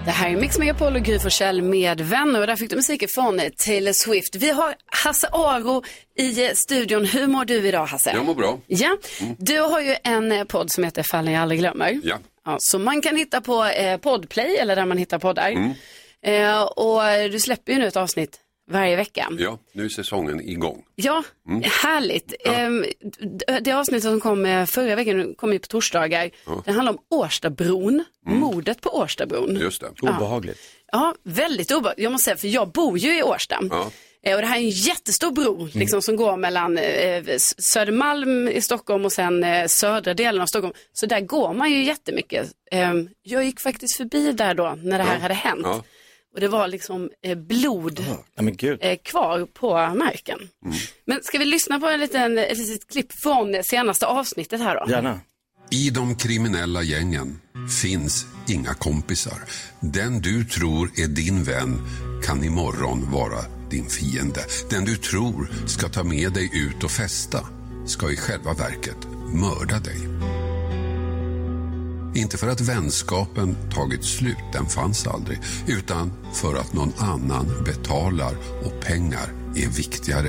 Det här är Mix Megapol och Gry Forssell med vänner och där fick du musik från Taylor Swift. Vi har Hasse Aro i studion. Hur mår du idag, Hasse? Jag mår bra. Ja, mm. Du har ju en podd som heter Fallen jag aldrig glömmer. Ja. Ja, som man kan hitta på eh, Podplay eller där man hittar poddar. Mm. Eh, och du släpper ju nu ett avsnitt varje vecka. Ja, nu är säsongen igång. Ja, mm. härligt. Ja. Eh, det avsnittet som kom förra veckan kom ju på torsdagar. Ja. Det handlar om Årstabron, mm. mordet på Årstabron. Just det. Ja. Obehagligt. Ja, väldigt obehagligt. Jag måste säga, för jag bor ju i Årsta. Ja. Och det här är en jättestor bro mm. liksom, som går mellan eh, Södermalm i Stockholm och sen eh, södra delen av Stockholm. Så där går man ju jättemycket. Eh, jag gick faktiskt förbi där då när det här ja. hade hänt. Ja. Och det var liksom eh, blod oh. ja, men Gud. Eh, kvar på marken. Mm. Men ska vi lyssna på en liten, ett litet klipp från senaste avsnittet här då? Gärna. I de kriminella gängen finns inga kompisar. Den du tror är din vän kan imorgon vara din fiende. Den du tror ska ta med dig ut och festa ska i själva verket mörda dig. Inte för att vänskapen tagit slut, den fanns aldrig, utan för att någon annan betalar och pengar är viktigare.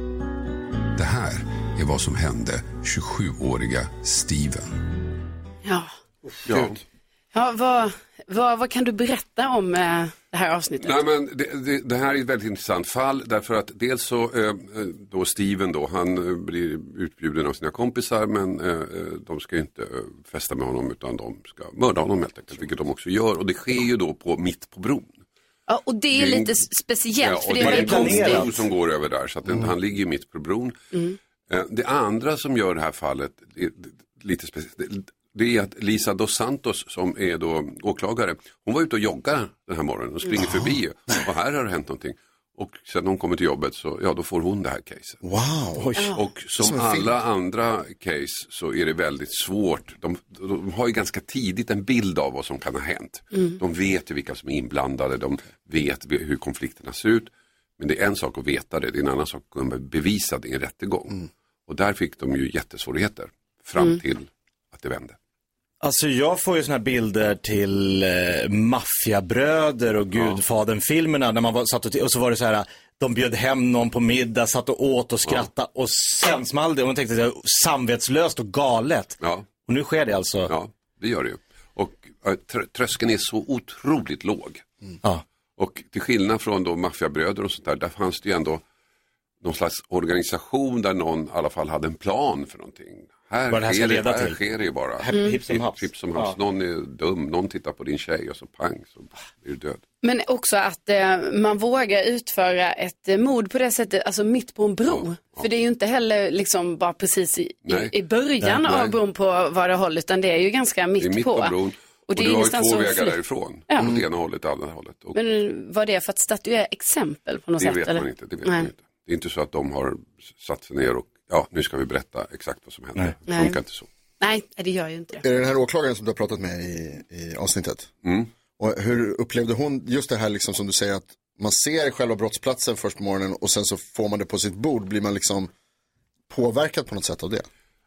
Det här är vad som hände tjugosjuåriga Steven. Ja. Ja. Ja, vad, vad, vad kan du berätta om eh, det här avsnittet? Nej, men det, det, det här är ett väldigt intressant fall därför att dels så eh, då Steven då, han blir utbjuden av sina kompisar men eh, de ska inte eh, festa med honom utan de ska mörda honom helt enkelt, vilket de också gör och det sker ju då på mitt på bron. Ja, och det är, det är lite speciellt ja, för det är väldigt konstigt. Det är en bro som går över där så att mm. han ligger mitt på bron. Mm. Eh, det andra som gör det här fallet är lite speciellt. Det är att Lisa Dos Santos som är då åklagare, hon var ute och joggade den här morgonen och springer ja. förbi och här har det hänt någonting. Och sen hon kommer till jobbet så ja, då får hon det här caset. Wow. Och som, som alla andra case så är det väldigt svårt. De, de har ju ganska tidigt en bild av vad som kan ha hänt. Mm. De vet ju vilka som är inblandade, de vet hur konflikterna ser ut. Men det är en sak att veta det, det är en annan sak att kunna bevisa det i en rättegång. Mm. Och där fick de ju jättesvårigheter fram mm. till att det vände. Alltså jag får ju såna här bilder till eh, maffiabröder och Gudfadern-filmerna när man var, satt och, och så var det så här, de bjöd hem någon på middag, satt och åt och skrattade ja. och sen small det och man tänkte det var samvetslöst och galet. Ja. Och nu sker det alltså. Ja, det gör det ju. Och äh, tr- tröskeln är så otroligt låg. Mm. Ja. Och till skillnad från då maffiabröder och sånt där, där fanns det ju ändå någon slags organisation där någon i alla fall hade en plan för någonting. Här, vad det här ska leda till. Här sker det ju bara. Mm. Hipp som haps. Hipp som haps. Ja. Någon är dum, någon tittar på din tjej och så pang så blir du död. Men också att eh, man vågar utföra ett eh, mord på det sättet, alltså mitt på en bro. Ja, ja. För det är ju inte heller liksom bara precis i, i, i början nej, av nej. bron på varje håll, utan det är ju ganska mitt, det är mitt på. på bron. Och, och det, det var ju två vägar fly- därifrån. Ja. Åt ena hållet och andra hållet. Och men var det för att statuera exempel på något det sätt? Vet eller? Man inte, det vet man inte. Det är inte så att de har satt sig ner och ja, nu ska vi berätta exakt vad som hände. Det funkar inte så. Nej, det gör ju inte det. Är det den här åklagaren som du har pratat med i, i avsnittet? Mm. Och hur upplevde hon just det här liksom som du säger att man ser själva brottsplatsen först på morgonen och sen så får man det på sitt bord. Blir man liksom påverkad på något sätt av det?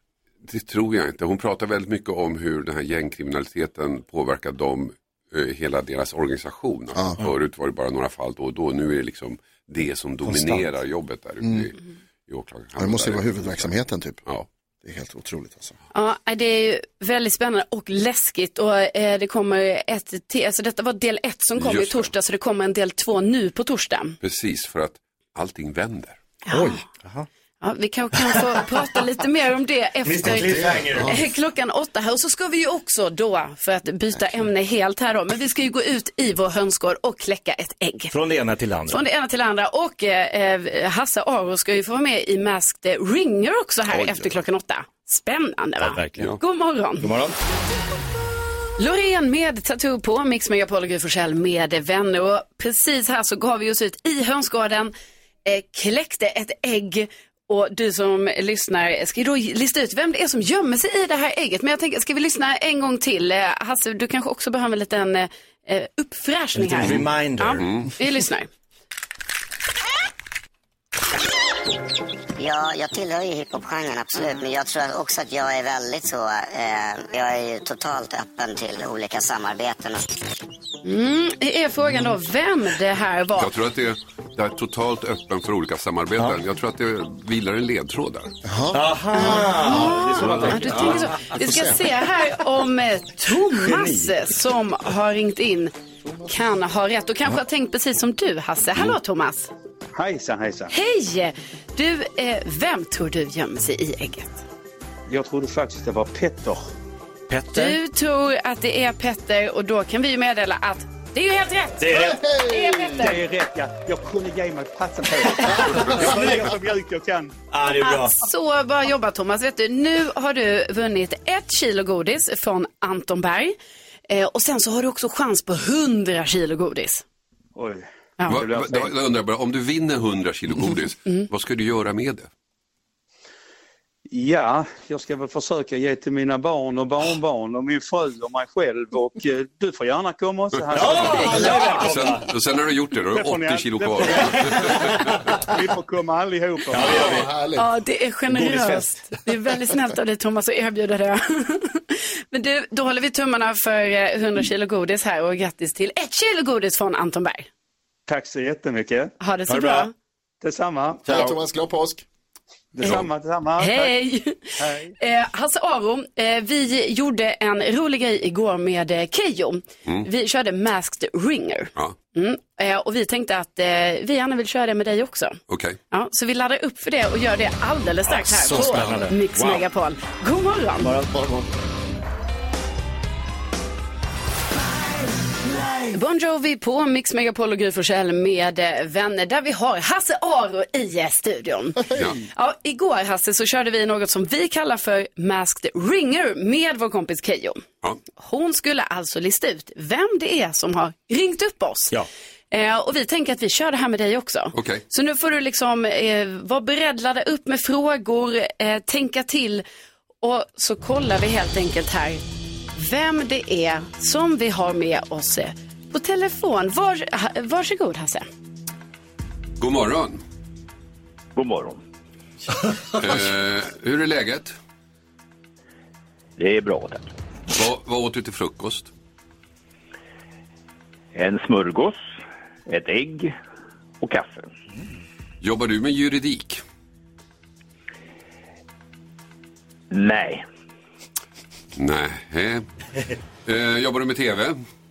Det tror jag inte. Hon pratar väldigt mycket om hur den här gängkriminaliteten påverkar dem, hela deras organisation. Ah. Förut var det bara några fall då och då. Nu är det liksom det som dominerar Konstant. jobbet där ute mm. i, i åklagaren. Ja, det måste ju vara huvudverksamheten typ. Ja. Det är helt otroligt alltså. Ja, det är ju väldigt spännande och läskigt och eh, det kommer ett till, alltså detta var del ett som kom i torsdag så det kommer en del två nu på torsdag. Precis, för att allting vänder. Ja. Oj. Aha. Ja, vi kan, kan få prata lite mer om det efter klockan åtta här. Och så ska vi ju också då, för att byta ämne helt här då, men vi ska ju gå ut i vår hönsgård och kläcka ett ägg. Från det ena till det andra. Från det ena till det andra. Och eh, Hasse Aro ska ju få vara med i Masked Ringer också här Oj, efter klockan åtta. Spännande va? Ja, verkligen. God morgon. God morgon. Loreen med Tattoo på Mix Megapol och Gry Forssell med vänner. Och precis här så gav vi oss ut i hönsgården, eh, kläckte ett ägg. Och du som lyssnar ska ju då lista ut vem det är som gömmer sig i det här ägget. Men jag tänker, ska vi lyssna en gång till? Hasse, du kanske också behöver en liten eh, uppfräschning här. En reminder. Ja, mm. Vi lyssnar. Ja, jag tillhör ju hiphop-genren, absolut. Men jag tror också att jag är väldigt så... Eh, jag är ju totalt öppen till olika samarbeten. Mm, är frågan då vem det här var? Jag tror att det är, det är totalt öppen för olika samarbeten. Ja. Jag tror att det vilar en ledtråd där. Aha. Ja, du tänker så. Vi ska se här om eh, Thomas eh, som har ringt in kan ha rätt och kanske har tänkt precis som du, Hasse. Hallå Thomas. Hejsan, hejsan. Hej! Du, eh, vem tror du gömmer sig i ägget? Jag trodde faktiskt det var Petter. Petter? Du tror att det är Petter och då kan vi ju meddela att det är ju helt rätt. Det är rätt. Det är Petter. Det är rätt, ja. Jag kunde ge mig passen på det. Jag blir så mjuk jag kan. Ah, det är bra. Så bra jobbat Thomas. Vet du, nu har du vunnit ett kilo godis från Anton Berg. Eh, och sen så har du också chans på hundra kilo godis. Oj. Ja. Va, va, då undrar jag bara, om du vinner hundra kilo godis, mm. vad ska du göra med det? Ja, jag ska väl försöka ge till mina barn och barnbarn och min fru och mig själv och eh, du får gärna komma så här. Ja, och, sen, och sen när du gjort det, då är det åttio kilo kvar. Vi får komma allihopa. Ja, det, ja, det är generöst. Det är väldigt snällt av dig Thomas att erbjuda det. Men du, då håller vi tummarna för hundra kilo godis här och grattis till ett kilo godis från Anton Berg. Tack så jättemycket. Ha det så ha det bra. bra. Detsamma. Ciao Thomas, glad påsk. Detsamma, detsamma. Hej! Hej. Eh, Hasse Aro, eh, vi gjorde en rolig grej igår med eh, Keyyo. Mm. Vi körde Masked Ringer. Ja. Mm. Eh, och vi tänkte att eh, vi gärna vill köra det med dig också. Okej. Okay. Ja, så vi laddar upp för det och gör det alldeles strax ja, här så på spännande. Mix Wow. Megapol. God morgon! Bara, bara, bara. Bon Jovi på Mix Megapol och Gry Forssell med eh, vänner där vi har Hasse Aro i eh, studion. Ja. Ja, igår Hasse så körde vi något som vi kallar för Masked Ringer med vår kompis Keyyo. Ja. Hon skulle alltså lista ut vem det är som har ringt upp oss. Ja. Eh, och vi tänker att vi kör det här med dig också. Okay. Så nu får du liksom eh, vara beredd, ladda upp med frågor, eh, tänka till och så kollar vi helt enkelt här vem det är som vi har med oss eh, på telefon. Var, ha, varsågod Hasse. God morgon. God morgon. eh, hur är läget? Det är bra tack. Va, vad åt du till frukost? En smörgås, ett ägg och kaffe. Jobbar du med juridik? Nej. Nej. Eh, jobbar du med tv?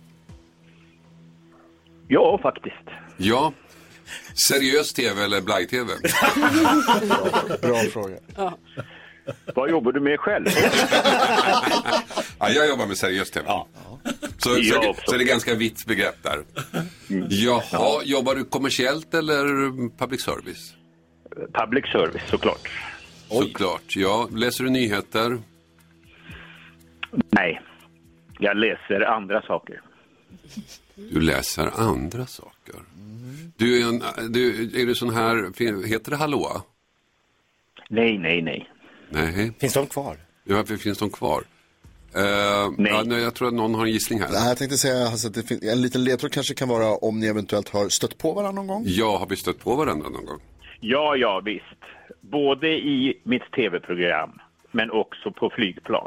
Ja, faktiskt. Ja. Seriös tv eller blaj-tv? Bra, bra fråga. Ja. Vad jobbar du med själv? Ja, jag jobbar med seriös tv. Ja. Så, så, så, så är det ganska vitt begrepp där. Mm. Jaha, ja. Jobbar du kommersiellt eller public service? Public service, såklart. Såklart, ja. Läser du nyheter? Nej, jag läser andra saker. Du läser andra saker? Du är, en, du, är du sån här, heter det Hallå? Nej, nej, nej. Nej. Finns de kvar? Ja, finns de kvar? Uh, nej. Ja, nej. Jag tror att någon har en gissning här. Nej, jag tänkte säga alltså, att det fin- en liten ledtråd kanske kan vara om ni eventuellt har stött på varandra någon gång. Ja, har vi stött på varandra någon gång? Ja, ja, visst. Både i mitt tv-program men också på flygplan.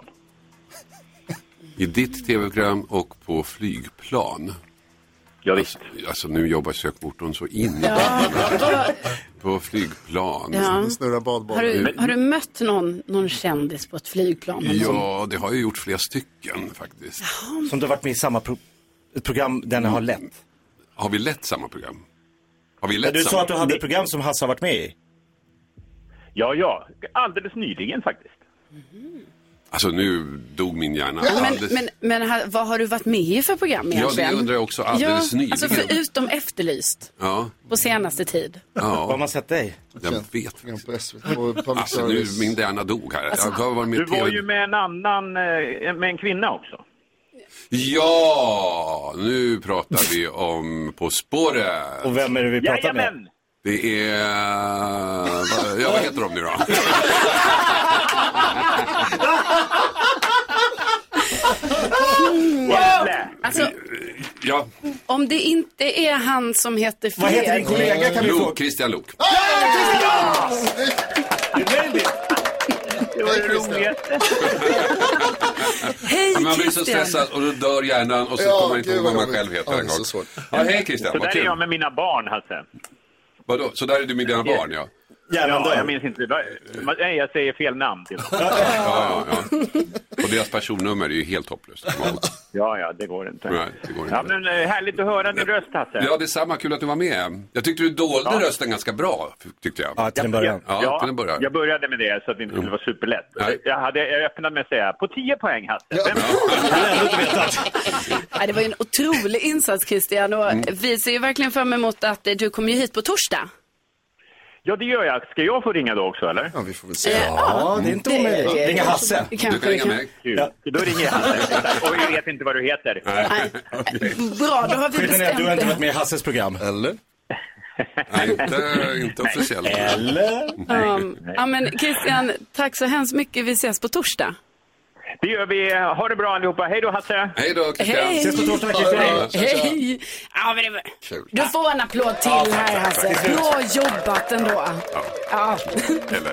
I ditt tv-program och på flygplan? Ja, visst. Alltså, alltså nu jobbar sökmotorn så in ja. på flygplan. Ja. Snurra badboll. Har du, har du mött någon, någon kändis på ett flygplan? Ja, det har jag gjort flera stycken faktiskt. Jaha. Som du har varit med i samma pro- ett program där ni har lett? Har vi lett samma program? Har vi lett du samma? sa att du hade ett program som Hasse har varit med i? Ja, ja. Alldeles nyligen faktiskt. Mm. Alltså nu dog min hjärna. Men, alldeles... men, men ha, vad har du varit med i för program egentligen? Ja, det undrar jag också alldeles ja, nyligen. Alltså förutom Efterlyst. Ja. På senaste tid. Ja. Vad har man sett dig? Jag vet. På S V T, på alltså nu, min hjärna dog här. Alltså, jag har varit med du var till... ju med en annan, med en kvinna också. Ja, nu pratar vi om På spåret. Och vem är det vi pratar Jajamän. med? Det är... Ja, vad heter de nu då? Wow. Alltså, ja. om det inte är han som heter Fred. Vad heter din kollega kan vi få? Lok, Christian Lok. Ja! Det är väldigt. Det var var det roligaste. Hej, man blir så stressad och då dör hjärnan och så Ja, kommer man inte gud, ihåg vad man vad själv heter ja, en det är gång. så svårt. Ja, hej Christian, Så vad där är kul. jag med mina barn, Hasse. Vadå? Så där är du med dina barn, ja. Hjärnan Ja, dör. jag minns inte. vad- Nej, jag säger fel namn till dem. Ja, ja, ja. Och deras personnummer är ju helt hopplöst. Ja, ja, det går inte. Nej, det går inte. Ja, men eh, härligt att höra din röst, Hasse. Ja, det är samma. Kul att du var med. Jag tyckte du dolde Ja. rösten ganska bra, tyckte jag. Ja, till en början. Ja, Ja, till en början. jag började med det så att det inte skulle vara superlätt. Nej. Jag, hade, jag öppnade med att säga på tio poäng, Hasse. Vem- Ja, det var ju en otrolig insats, Christian. Och vi ser ju verkligen fram emot att eh, du kommer ju hit på torsdag. Ja, det gör jag. Ska jag få ringa då också, eller? Ja, vi får väl se. Ja, det är inte omöjligt. det- Ringa Hasse. Du Kanske kan vi ringa kan- mig. Kul. Då ringer jag Hasse. Och jag vet inte vad du heter. Nej. Bra, då har vi Skillnaden är att du har inte bestämt varit med i Hasses program. Eller? Nej, inte, inte officiellt. Eller? Um, ja, men Christian, tack så hemskt mycket. Vi ses på torsdag. Det gör vi. Ha det bra allihopa. Hej då, Hasse. Hej då, Christian. Hej. Ses på torsdag, Christian. Hej! Ja, men det var... Du får en applåd till här, Hasse. Bra jobbat ändå. Ja. Eller?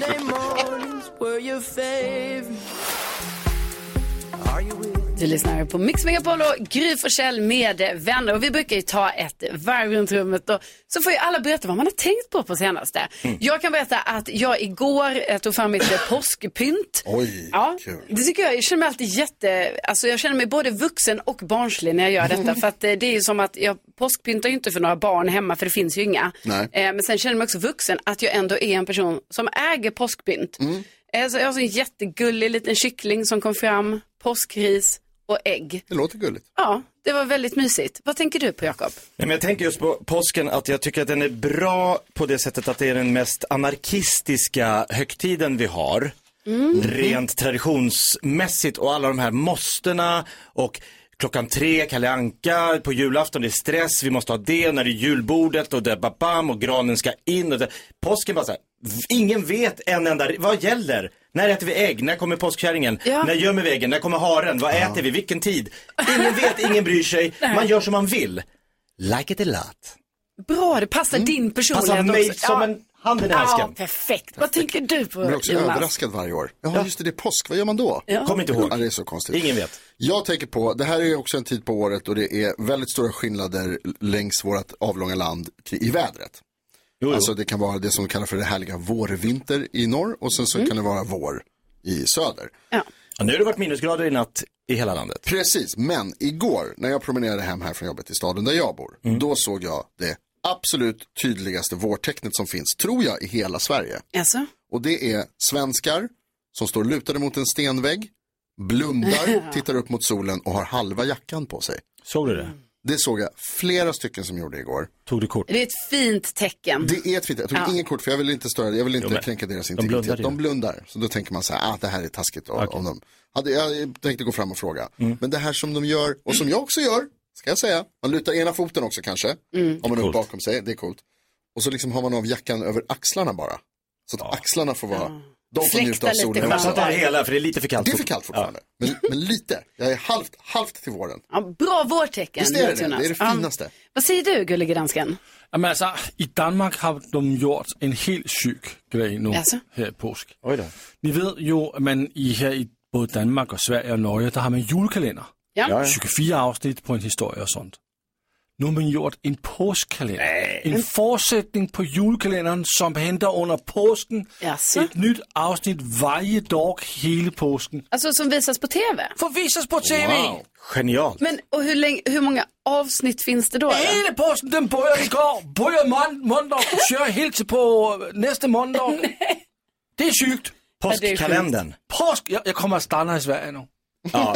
Du lyssnar på Mix Megapol och Gry Forssell med vänner. Och vi brukar ju ta ett varv runt rummet och så får ju alla berätta vad man har tänkt på på senaste. Mm. Jag kan berätta att jag igår jag tog fram mitt påskpynt. Oj, ja, kul. Det tycker jag, jag känner mig alltid jätte, alltså jag känner mig både vuxen och barnslig när jag gör detta. För att det är ju som att jag påskpyntar ju inte för några barn hemma för det finns ju inga. Nej. Eh, men sen känner jag mig också vuxen att jag ändå är en person som äger påskpynt. Mm. Eh, så jag har så en jättegullig liten kyckling som kom fram, påskris och ägg. Det låter gulligt. Ja, det var väldigt mysigt. Vad tänker du på, Jakob? Nej, men jag tänker just på påsken att jag tycker att den är bra på det sättet att det är den mest anarkistiska högtiden vi har. Mm. Rent traditionsmässigt och alla de här måstena och klockan tre, Kalle Anka, på julafton det är stress, vi måste ha det när det är julbordet och det är babam och granen ska in och det. Påsken bara så här, ingen vet en enda, vad gäller? När äter vi ägg? När kommer påskkärringen? Ja. När gömmer vi äggen? När kommer haren? Vad äter vi? Vilken tid? Ingen vet, ingen bryr sig. Man gör som man vill. Like it a lot. Bra, det passar mm. din personlighet passar mig också. som ja. en hand i handsken. Ja, perfekt. Vad tänker du på, Men också Jonas? överraskad varje år. Jaha, just det, det är påsk. Vad gör man då? Ja. Kom inte ihåg. Ja, det är så konstigt. Ingen vet. Jag tänker på, det här är också en tid på året och det är väldigt stora skillnader längs vårt avlånga land i vädret. Jo, jo. Alltså det kan vara det som kallas för det härliga vårvinter i norr och sen så mm. kan det vara vår i söder. Ja. Och nu har det varit minusgrader i natt i hela landet. Precis, men igår när jag promenerade hem här från jobbet i staden där jag bor, mm. då såg jag det absolut tydligaste vårtecknet som finns, tror jag, i hela Sverige. Alltså? Och det är svenskar som står lutade mot en stenvägg, blundar, tittar upp mot solen och har halva jackan på sig. Såg du det? Det såg jag flera stycken som gjorde igår. Tog du kort? Det är ett fint tecken. Det är ett fint tecken. Jag tog ja. ingen kort för jag vill inte störa, jag vill inte jo, kränka deras integritet. De, de blundar. Så då tänker man så här, ah, det här är taskigt okay. om dem. Hade, jag tänkte gå fram och fråga. Mm. Men det här som de gör, och som jag också gör, ska jag säga. Man lutar ena foten också kanske. Mm. Har man upp bakom sig, det är coolt. Och så liksom har man av jackan över axlarna bara. Så att ja. axlarna får vara... Ja. De får njuta av solen. Men man satt där hela för det är lite för kallt. Det är för kallt fortfarande. Ja. Men, men lite. Jag är halvt, halvt till våren. Ja, bra vårtecken. Visst är det det? Det är det finaste. Ja. Vad säger du, gullige dansken? Men alltså, i Danmark har de gjort en helt sjuk grej nu alltså? här i påsk. Oj då. Ni vet ju, att man i, här i både Danmark och Sverige och Norge, där har man julkalender. Ja. tjugofyra avsnitt på en historia och sånt. Nu har man gjort en påskkalender. Nej. En fortsättning på julkalendern som händer under påsken. Jaså? Ett nytt avsnitt varje dag hela påsken. Alltså som visas på tv? Får visas på tv. Wow. Genialt. Men och hur, länge, hur många avsnitt finns det då? Hela påsken, den börjar igår. Börjar mån- måndag och kör helt till på nästa måndag. Det är sjukt. Påskkalendern. Påsk, jag, jag kommer att stanna i Sverige nu. Ja.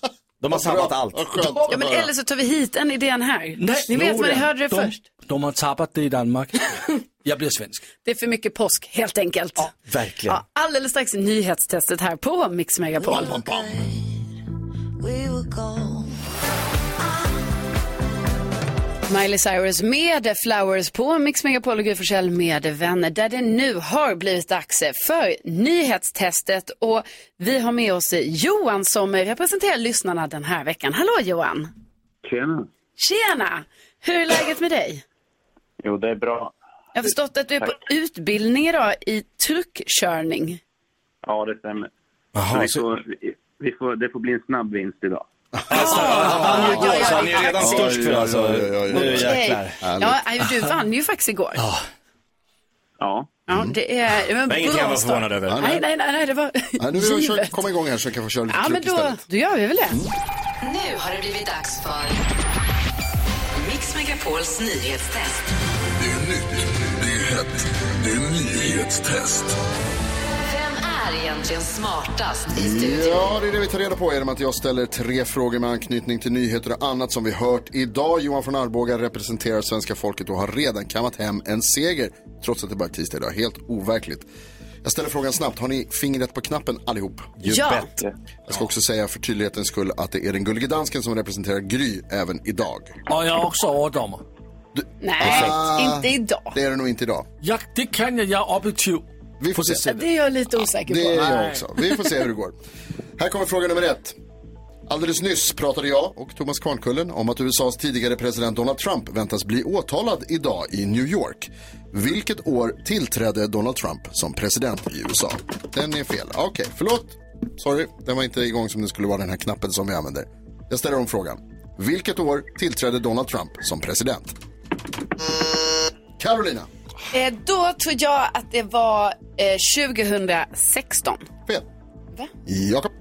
De har sabbat allt. Ja, men eller så tar vi hit en idén här. Nej, ni vet vad ni hörde det de, först. De har tappat det i Danmark. Jag blir svensk. Det är för mycket påsk, helt enkelt. Ja, verkligen. Ja, alldeles strax nyhetstestet här på Mix Megapol. Bam, bam. Miley Cyrus med Flowers på Mix Megapol och Gry Forssell med vänner, där det nu har blivit dags för nyhetstestet och vi har med oss Johan som representerar lyssnarna den här veckan. Hallå Johan! Tjena! Tjena! Hur är läget med dig? Jo, det är bra. Jag har förstått att du är på utbildning idag i truckkörning. Ja, det stämmer. Aha, vi så... får, vi får, det får bli en snabb vinst idag. Alltså, han vann ju igår, så han är ju redan störst för alltså. Nu jäklar. Ja, du vann ju faktiskt igår. Ja. Ja. Ja, det är det var en det var ingenting jag var förvånad över. Nej, nej, nej, nej, det var nej, nu vill jag komma igång här så jag kan få köra lite ja, men då, istället. då gör vi väl det. Nu har det blivit dags för Mix Megapols nyhetstest. Det är nytt, det är hett, det är nyhetstest. Vem är egentligen smartast i studion? Ja, det är det vi tar reda på genom att jag ställer tre frågor med anknytning till nyheter och annat som vi hört idag. Johan från Arboga representerar svenska folket och har redan kammat hem en seger, trots att det bara är tisdag idag. Helt overkligt. Jag ställer frågan snabbt. Har ni fingret på knappen allihop? Ja. Jag ska också säga för tydlighetens skull att det är den gullige dansken som representerar Gry även idag. Och jag är också överdomare. Du... Nej, Ah, inte idag. Det är det nog inte idag. Ja, det kan jag. Jag är objektiv. Vi får se. Det är jag lite osäker på. Det är jag också. Vi får se hur det går. Här kommer fråga nummer ett. Alldeles nyss pratade jag och Thomas Kvarnkullen om att U S A:s tidigare president Donald Trump väntas bli åtalad idag i New York. Vilket år tillträdde Donald Trump som president i U S A? Den är fel. Okej, okay, förlåt. Sorry, den var inte igång som det skulle vara, den här knappen som vi använder. Jag ställer om frågan. Vilket år tillträdde Donald Trump som president? Carolina. Eh, då tror jag att det var eh, tjugohundrasexton. Fel. Va? Jakob.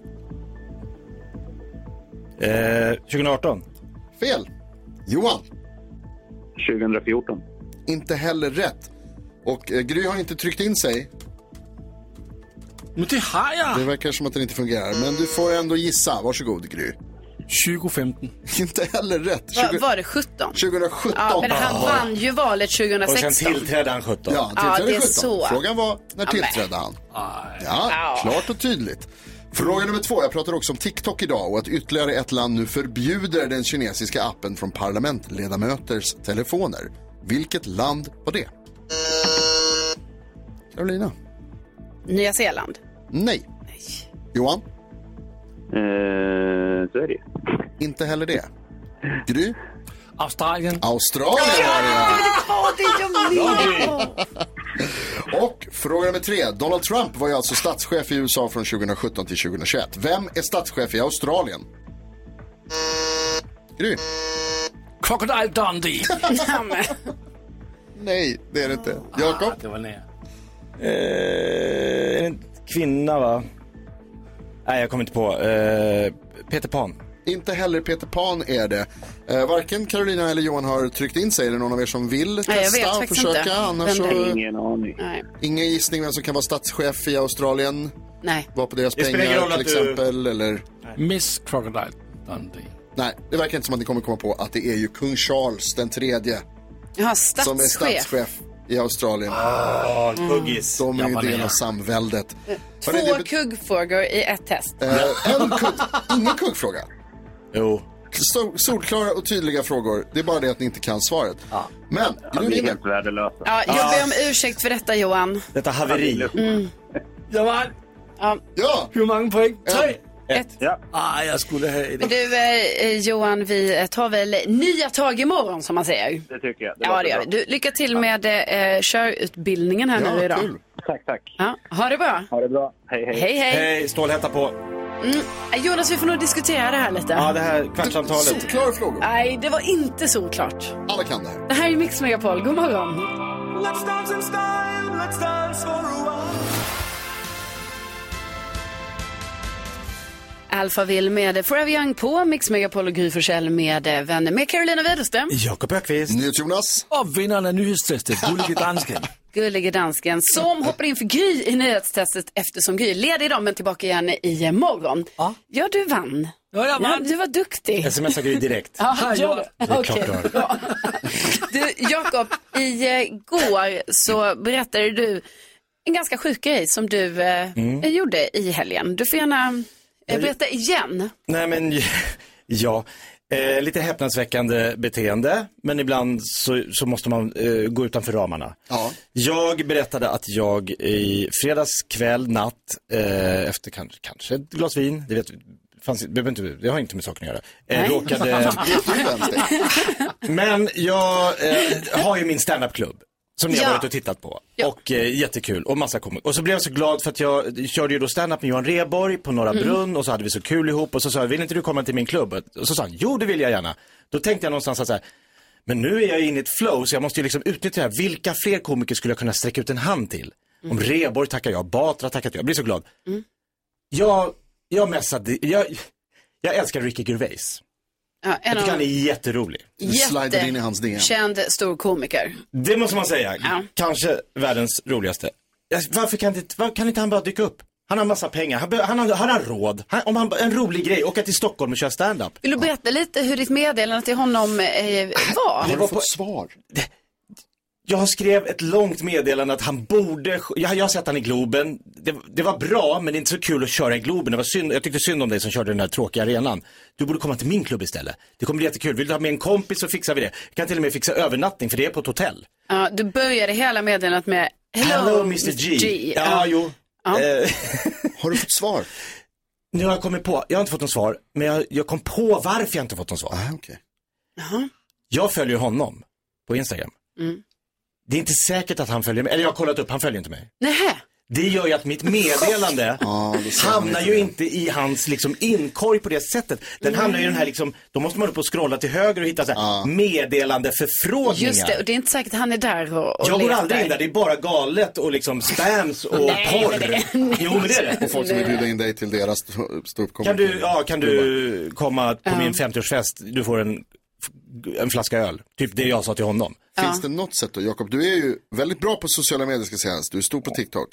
Eh, tjugohundraarton. Fel. Johan. tjugohundrafjorton. Inte heller rätt. Och eh, Gry har inte tryckt in sig. Men det har jag. Det verkar som att det inte fungerar. Men du får ändå gissa. Varsågod, Gry. tjugohundrafemton. Inte heller rätt. Va, var det sjutton? tjugohundrasjutton. Ja, men han vann ju valet tjugohundrasexton. Och sen tillträdde han sjutton. Ja, han tillträdde ja, det är sjutton. så. Frågan var, när tillträdde han? Ja, klart och tydligt. Fråga nummer två. Jag pratar också om TikTok idag och att ytterligare ett land nu förbjuder den kinesiska appen från parlamentledamöters telefoner. Vilket land var det? Carolina. Nya Zeeland. Nej. Nej. Johan? Eh, Sverige. Inte heller det. Gry? Australien. Australien var det, ja. Ja, det är jag med. Och fråga nummer tre. Donald Trump var ju alltså statschef i U S A från tjugosjutton till tjugohundratjugoett. Vem är statschef i Australien? Gry? Crocodile Dundee. Nej, det är det inte. Jakob? Ah, det var nära. Eh, är det en kvinna, va? Nej, jag kommer inte på. Eh, Peter Pan. Inte heller Peter Pan är det. Eh, varken Carolina eller Johan har tryckt in sig. Är det någon av er som vill testa? Nej, jag vet faktiskt försöka? inte. Annars så... Ingen aning. Nej. Ingen gissning vem som kan vara statschef i Australien? Nej. Var på deras Det spelar ingen pengar roll till att du- exempel? Eller... Miss Crocodile Dundee. Nej, det verkar inte som att ni kommer komma på att det är ju kung Charles den tredje Ja, som är statschef. statschef i Australien. Ah, kuggis. De är ju Ja, del ja. av samväldet. Två Hörrni, det bet- kuggfrågor i ett test. Eh, en kugg, ingen kuggfråga. Jo. So- solklara och tydliga frågor. Det är bara det att ni inte kan svaret. Men, Ja, Gry vi är vinner. helt värdelösa. Ja, jag ber om ursäkt för detta, Johan. Detta haveri. Mm. Jag vann. Ja. Ja, Hur många poäng? Tre. Ett. Ja. Ah, jag skulle ha det. Du, eh, Johan, vi tar väl nya tag imorgon, som man säger. Det tycker jag. Det Ja, låter det gör bra. vi. Du, lycka till med eh, körutbildningen här nu ja idag. kul. Tack, tack. Ja, ha det bra. Ha det bra. Hej, hej. Hej, hej. Hej, stålhätta på. Mm. Eh, Jonas, vi får nog diskutera det här lite. Ja, det här kvartsamtalet. Solklara frågor. Nej, det var inte solklart. Alla kan det här. Det här är Mix Megapol. God morgon. Let's dance in style, let's dance for a while. Alphaville med Forever Young på Mix Megapol och Gry Forssell med eh, vänner med Carolina Widerström. Jakob Öqvist. Jonas. Och vinnaren av nyhetstestet, Gullige Dansken. Gullige dansken som hoppar in för Gry i nyhetstestet eftersom Gry leder idag men tillbaka igen i morgon. Ja. Ja, du vann. Ja, jag vann. Ja, du var duktig. Smsa Gry direkt. Ja, Ja, gör det. Det är Okej. klart du har. Du, Jakob, igår så berättade du en ganska sjuk grej som du eh, Mm. gjorde i helgen. Du får gärna eh, berätta igen. Nej, men ja. Eh, lite häpnadsväckande beteende, men ibland så, så måste man eh, gå utanför ramarna. Ja. Jag berättade att jag i fredags kväll, natt, eh, efter kanske, kanske ett glas vin, det vet fanns, det, behöver inte, det har inte med saken att göra. Eh, råkade, men jag eh, har ju min stand-up-klubb. Som ni Ja. har varit och tittat på. Ja. Och eh, jättekul. Och massa komik. Och så blev jag så glad för att jag körde ju då stand-up med Johan Rheborg på Norra Mm. Brunn. Och så hade vi så kul ihop. Och så sa jag, vill inte du komma till min klubb? Och så sa han, jo det vill jag gärna. Då tänkte jag någonstans att så här, men nu är jag inne i ett flow så jag måste ju liksom utnyttja det här. Vilka fler komiker skulle jag kunna sträcka ut en hand till? Om Rheborg tackar jag, Batra tackar jag. Jag blir så glad. Mm. Jag, jag messade, jag, jag älskar Ricky Gervais. Ja, en jag tycker av han är jätterolig. jätte- känd stor komiker. Det måste man säga. Ja. Kanske världens roligaste. Varför kan inte, var, kan inte han bara dyka upp? Han har massa pengar. Han, be, han, har, han har råd. Han, om han en rolig grej, åka till Stockholm och köra stand-up. Vill du berätta lite hur ditt meddelande till honom eh, var? Det var på svar. Det, jag skrev ett långt meddelande att han borde, jag, jag har sett han i Globen. Det, det var bra, men det är inte så kul att köra i Globen. Det var synd, jag tyckte synd om dig som körde den här tråkiga arenan. Du borde komma till min klubb istället. Det kommer bli jättekul. Vill du ha med en kompis så fixar vi det. Jag kan till och med fixa övernattning för det är på ett hotell. Ja, du började hela meddelandet med Hello, Hello mister G. G. Ja, Ja. jo. Ja. Eh, har du fått svar? Nu har jag kommit på, jag har inte fått något svar, men jag, jag kom på varför jag inte fått något svar. Ah, okay. Jaha. Jag följer honom på Instagram. Mm. Det är inte säkert att han följer mig, eller jag har kollat upp, han följer inte mig. Nähä. Det gör ju att mitt meddelande ah, hamnar ju inte i hans liksom inkorg på det sättet. Den Mm. hamnar ju i den här liksom, då måste man upp och scrolla till höger och hitta så här ah. meddelandeförfrågningar. Just det, och det är inte säkert att han är där och, och Jag går letar. aldrig in där, det är bara galet och liksom spams och Nej, porr. men det är- Jo, men det är det. Och folk som vill bjuda in dig till deras ståuppkomiker. Kan du, ja, kan du komma på min femtioårsfest, du får en, en flaska öl. Typ det jag sa till honom. Finns det något sätt då, Jakob? Du är ju väldigt bra på sociala medier ska sägas. Du är stor på TikTok.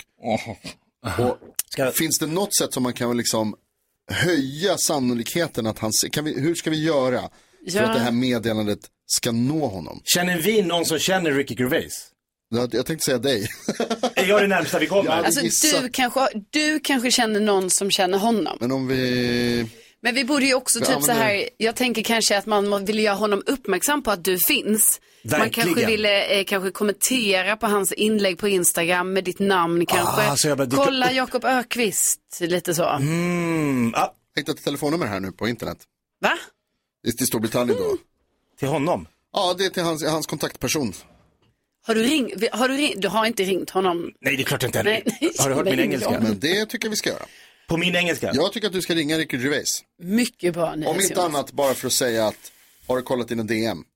Och ska... Finns det något sätt som man kan liksom höja sannolikheten att han... Kan vi, hur ska vi göra för Ja. att det här meddelandet ska nå honom? Känner vi någon som känner Ricky Gervais? Jag, jag tänkte säga dig. Är jag det närmsta vi kommer? Alltså du kanske, du kanske känner någon som känner honom. Men om vi... Men vi borde ju också Ja, typ men så här, det- jag tänker kanske att man vill göra honom uppmärksam på att du finns. Man Verkligen. kanske ville eh, kanske kommentera på hans inlägg på Instagram med ditt namn kanske. Ah, så jag bara dyker Kolla upp. Jakob Ökvist, lite så. Mm, ah. Tänkte ett telefonnummer här nu på internet. Va? Det är till Storbritannien då. Till honom? Ja, det är till hans, hans kontaktperson. Har du ringt? Har du ringt? Du har inte ringt honom? Nej, det är klart inte. Nej, nej. Har du hört min engelska? Men det tycker jag vi ska göra. På min engelska? Jag tycker att du ska ringa Ricky Gervais. Mycket bra nyhets, Om inte Jonas. annat bara för att säga att har du kollat dina D M?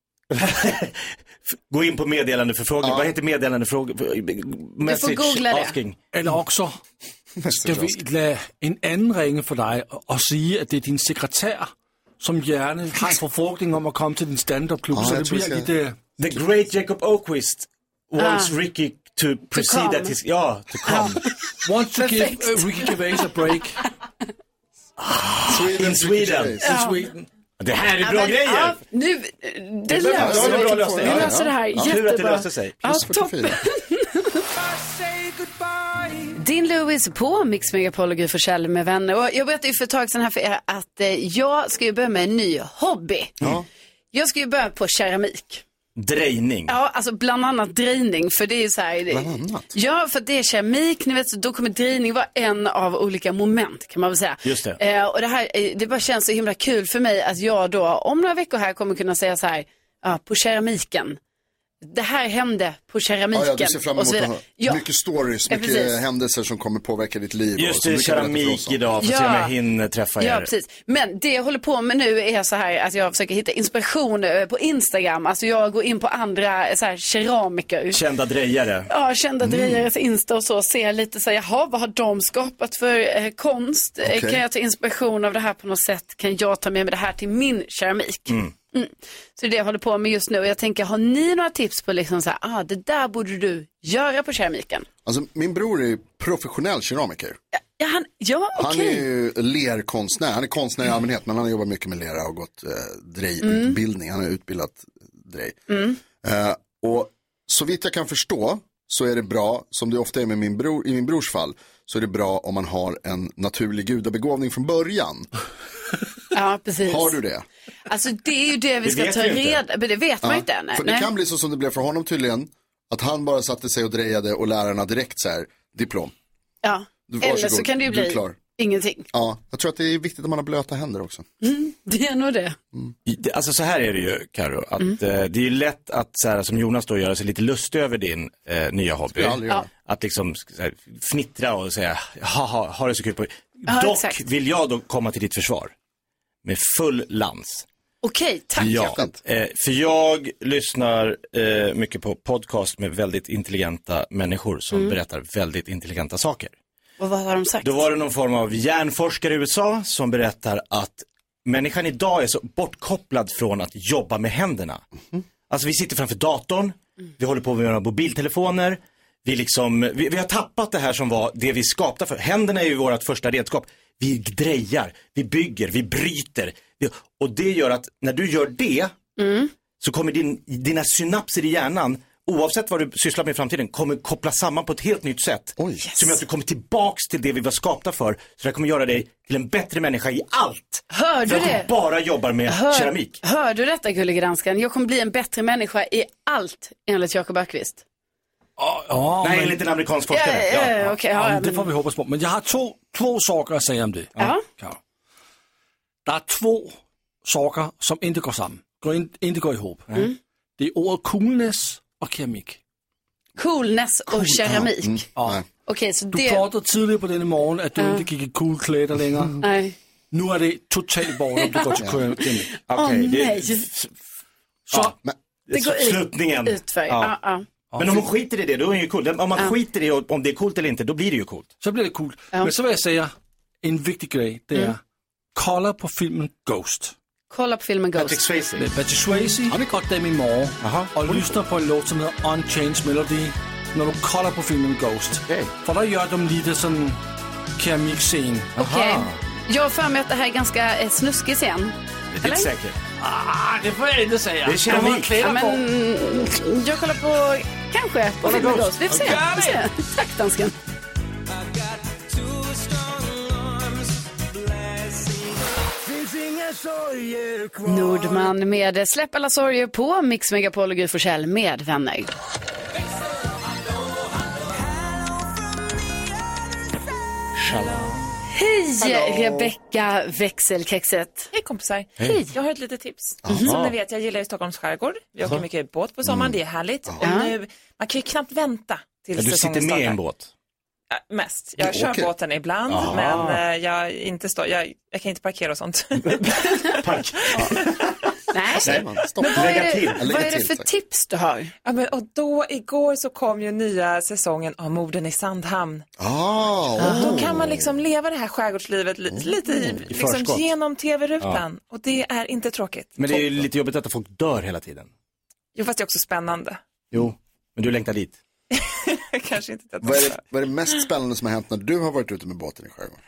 Gå in på meddelandeförfrågning. Ja. Vad heter meddelandefrågning? Message googla det. asking. Eller också ska vi lade en anden ringe för dig och säga att det är din sekretär som gärna har en förfrågning om att komma till din stand-up-klubb. Ja, så jag det tror blir vi ska- lite... The great Jacob Oakvist wants Ah. Ricky to proceed come. at his... Ja, to come. Want to give uh, Ricky Gervais a break. Sweden, In Sweden. In Ja. Sweden. Det här är Ja, bra men, grejer. Ja, nu, det Det var- löser det var en bra vi. lösning. Vi Ja, löser ja. det här Ja. jättebra. Tur att det löste sig. Ja, Plus toppen. Din Lewis på Mix Megapol och Gry Forssell med vänner. Och jag berättade ju för ett tag sedan här för er att eh, jag ska ju börja med en ny hobby. Ja. Jag ska ju börja på keramik. Drejning. Ja, alltså bland annat drejning. För det är ju så här. Det, Bland annat? Ja, för det är keramik, ni vet, så då kommer drejning vara en av olika moment kan man väl säga. Just det. Eh, och det här, eh, det bara känns så himla kul för mig att jag då om några veckor här kommer kunna säga så här, ja, på keramiken. Det här hände på keramiken. Ja, ja, du ser fram och så emot vidare. att ha Ja. mycket stories, Ja, mycket precis. händelser som kommer påverka ditt liv. och Just som det, du kan berätta för keramik oss om. idag. Får se om jag hinner träffa Ja, er. precis. Men det jag håller på med nu är så här att jag försöker hitta inspiration eh, på Instagram. Alltså jag går in på andra eh, så här, keramiker. Kända drejare. Ja, kända Mm. drejares Insta och så. Ser lite så här, jaha, vad har de skapat för eh, konst? Eh, Okej. Kan jag ta inspiration av det här på något sätt? Kan jag ta med mig det här till min keramik? Mm. Mm. Så det är det jag håller på med just nu. Och jag tänker, har ni några tips på liksom så här, ah, det där borde du göra på keramiken? Alltså, min bror är ju professionell keramiker. Ja, han, ja Han okej. är ju lerkonstnär. Han är konstnär i allmänhet, men han har jobbat mycket med lera och gått eh, drejutbildning. Han har utbildat drej. Mm. Eh, och så vitt jag kan förstå så är det bra, som det ofta är med min bror, i min brors fall, så är det bra om man har en naturlig gudabegåvning från början. Ja, precis. Har du det? Alltså det är ju det vi Det ska vet ta vi inte. reda men det vet man Ja, inte än. för det nej. kan bli så som det blev för honom tydligen, att han bara satte sig och drejade och lärarna direkt så här, diplom. Ja. Du, varsågod, Eller så kan det ju du är bli klar. Ingenting. Ja, jag tror att det är viktigt att man har blöta händer också. Mm, det är nog det. Mm. Det, alltså så här är det ju, Karo, att mm. eh, det är ju lätt att så här, som Jonas då, göra sig lite lustig över din eh, nya hobby. Ja. Att liksom så här, fnittra och säga, ha, ha det så kul på. Ja, Dock exakt. vill jag då komma till ditt försvar med full lans. Okej, tack. Ja, eh, för jag lyssnar eh, mycket på podcast med väldigt intelligenta människor som Mm. berättar väldigt intelligenta saker. Och vad har de sagt? Då var det någon form av hjärnforskare i U S A som berättar att människan idag är så bortkopplad från att jobba med händerna. Mm. Alltså vi sitter framför datorn, mm. vi håller på med våra mobiltelefoner, vi, liksom, vi, vi har tappat det här som var det vi skapade för. Händerna är ju vårt första redskap. Vi drejar, vi bygger, vi bryter. Vi, och det gör att när du gör det mm. så kommer din, dina synapser i hjärnan, oavsett vad du sysslar med i framtiden, kommer koppla samman på ett helt nytt sätt. Yes. Som gör att du kommer tillbaks till det vi var skapta för. Så det kommer göra dig till en bättre människa i allt. Hör du för att det? du bara jobbar med hör, keramik. Hör du detta, Gullige Dansken? Jag kommer bli en bättre människa i allt, enligt Jakob Öqvist. Oh, oh, Nej, men... enligt en amerikansk forskare. Ja, ja, ja, okay, ja, ja, men... det får vi hoppas på. Men jag har två, två saker att säga om det. Ja. Ja. Det är två saker som inte går samman. Går in, inte går ihop. Mm. Det är ordet coolness och keramik. Coolness och cool. keramik. Mm. Ja. Okay, så du det... pratade tidigare på den morgon att du ja. inte gick i cool kläder längre. Nej. Nu är det totalt bort om du går till keramik. Åh okay, nej. Så, ja, men, det går slutningen. ut för. Ja. Ja, ja. Men om man skiter i det, då är det ju coolt. Om man ja. skiter i om det är coolt eller inte, då blir det ju coolt. Så blir det coolt. Ja. Men så vill jag säga, en viktig grej, det är mm. kolla på filmen Ghost. Kolla på filmen Ghost. Patrick Swayze. Med Patrick Swayze och Demi Moore. Aha. Och lyssna på en låt som heter Unchained Melody när du kollar på filmen Ghost. Okay. För då gör de lite sån keramikscen. Okej. Okay. Jag för mig att det här är ganska eh, snuskig scen. Det är inte säkert. Ah, det får jag inte säga. Det är keramik. Ja, men jag kollar på, kanske, på filmen Ghost. Ghost. Vi får se. Vi får se. Tack, dansken. Nordman med Släpp alla sorger på Mix Megapol och Gry Forssell med vänner. Hej Rebecka Växelkexet. Hej kompisar. Hej. Jag har ett litet tips. Mm. Som ni vet, jag gillar ju Stockholms skärgård. Vi åker mycket båt på sommaren, mm. det är härligt. Och nu, man kan ju knappt vänta till ja, du säsongen sitter med startar. i en båt? Ja, mest. Jag kör åker. båten ibland, Aha. men uh, jag, inte stå, jag, jag kan inte parkera och sånt. Park. Ja. Nej, Nej. Man, men vad är det, till. vad är det för tips du har? Ja, men, och då, igår så kom ju nya säsongen av Morden i Sandhamn. Oh. Och då kan man liksom leva det här skärgårdslivet li, lite i, I liksom, genom tv-rutan. Ja. Och det är inte tråkigt. Men det är ju lite jobbigt att folk dör hela tiden. Jo, fast det är också spännande. Jo, men du längtar dit. Kanske inte. Vad är, det, vad är det mest spännande som har hänt när du har varit ute med båten i skärgården?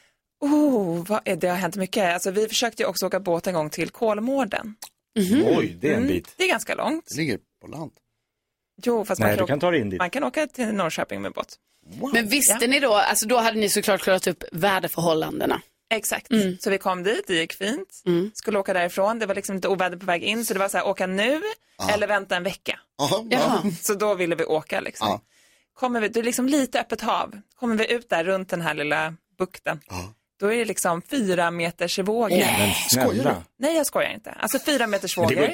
Oh, vad är det? Det har hänt mycket. Alltså, vi försökte ju också åka båt en gång till Kolmården. Mm-hmm. Oj, det är en bit. Mm, det är ganska långt. Det ligger på land. Jo, fast Nej, man, kan du kan åka, ta dig in dit. man kan åka till Norrköping med båt. Wow. Men visste ja. ni då, alltså då hade ni såklart klarat upp väderförhållandena. Exakt, mm. så vi kom dit, det gick fint. Mm. Skulle åka därifrån, det var liksom lite oväder på väg in. Så det var så här, åka nu ah. eller vänta en vecka. Aha, ja. Så då ville vi åka liksom. Ah. Kommer vi, det är liksom lite öppet hav. Kommer vi ut där runt den här lilla bukten. Ah. Då är det liksom fyra meters vågor. Men snälla. Nej, jag skojar inte. Alltså fyra meters vågor.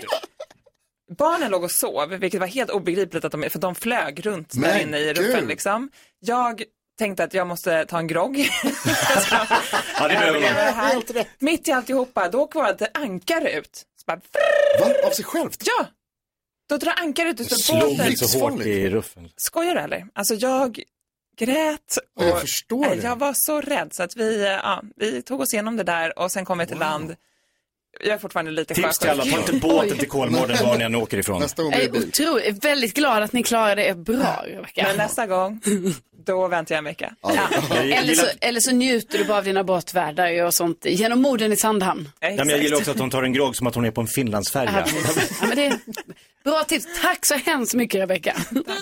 Barnen låg och sov, vilket var helt obegripligt att de, för de flög runt Men där inne i ruffen liksom. Jag tänkte att jag måste ta en grogg. Ja, det behöver man. Helt rätt. Mitt i alltihopa, då går det ankare ut. Så bara, Va? Av sig självt? ja! Då drar ankare ut. Så Slog båten... mig så hårt i ruffen. Skojar du eller? Alltså jag grät. Och, jag förstår det. Jag var så rädd så att vi, ja, vi tog oss igenom det där och sen kom vi till wow. land. Jag är fortfarande lite sjösjuk. Tips till alla, ta inte båten till Kolmården var ni än åker ifrån. Nästa gång Jag blir är det bil. otroligt, väldigt glad att ni klarade er bra, Rebecka. Men nästa gång, då väntar jag en vecka. Ja. Ja. Eller, så, eller så njuter du bara av dina båtvärdar och sånt genom Morden i Sandhamn. Ja, men jag gillar också att hon tar en grogg som att hon är på en Finlandsfärja. Ja, ja, men det är bra tips. Tack så hemskt mycket, Rebecka.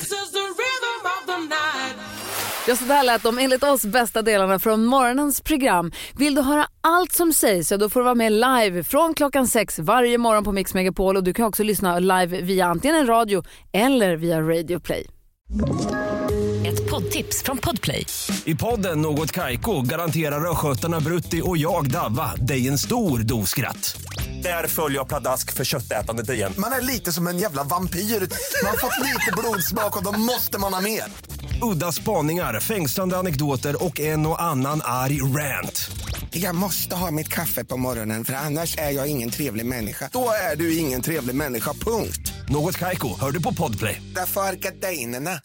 Ja, så där lät de enligt oss bästa delarna från morgonens program. Vill du höra allt som sägs så då får du vara med live från klockan sex varje morgon på Mix Megapol. Och du kan också lyssna live via antingen en radio eller via Radio Play. Ett poddtips från Podplay. I podden Något Kaiko garanterar östgötarna Brutti och jag Davva dig en stor dos skratt. Där följer jag pladask för köttätandet igen. Man är lite som en jävla vampyr. Man har fått lite blodsmak och då måste man ha mer. Udda spaningar, fängslande anekdoter och en och annan arg rant. Jag måste ha mitt kaffe på morgonen för annars är jag ingen trevlig människa. Då är du ingen trevlig människa, punkt. Något Kaiko, hör du på Podplay. Därför är gardinerna.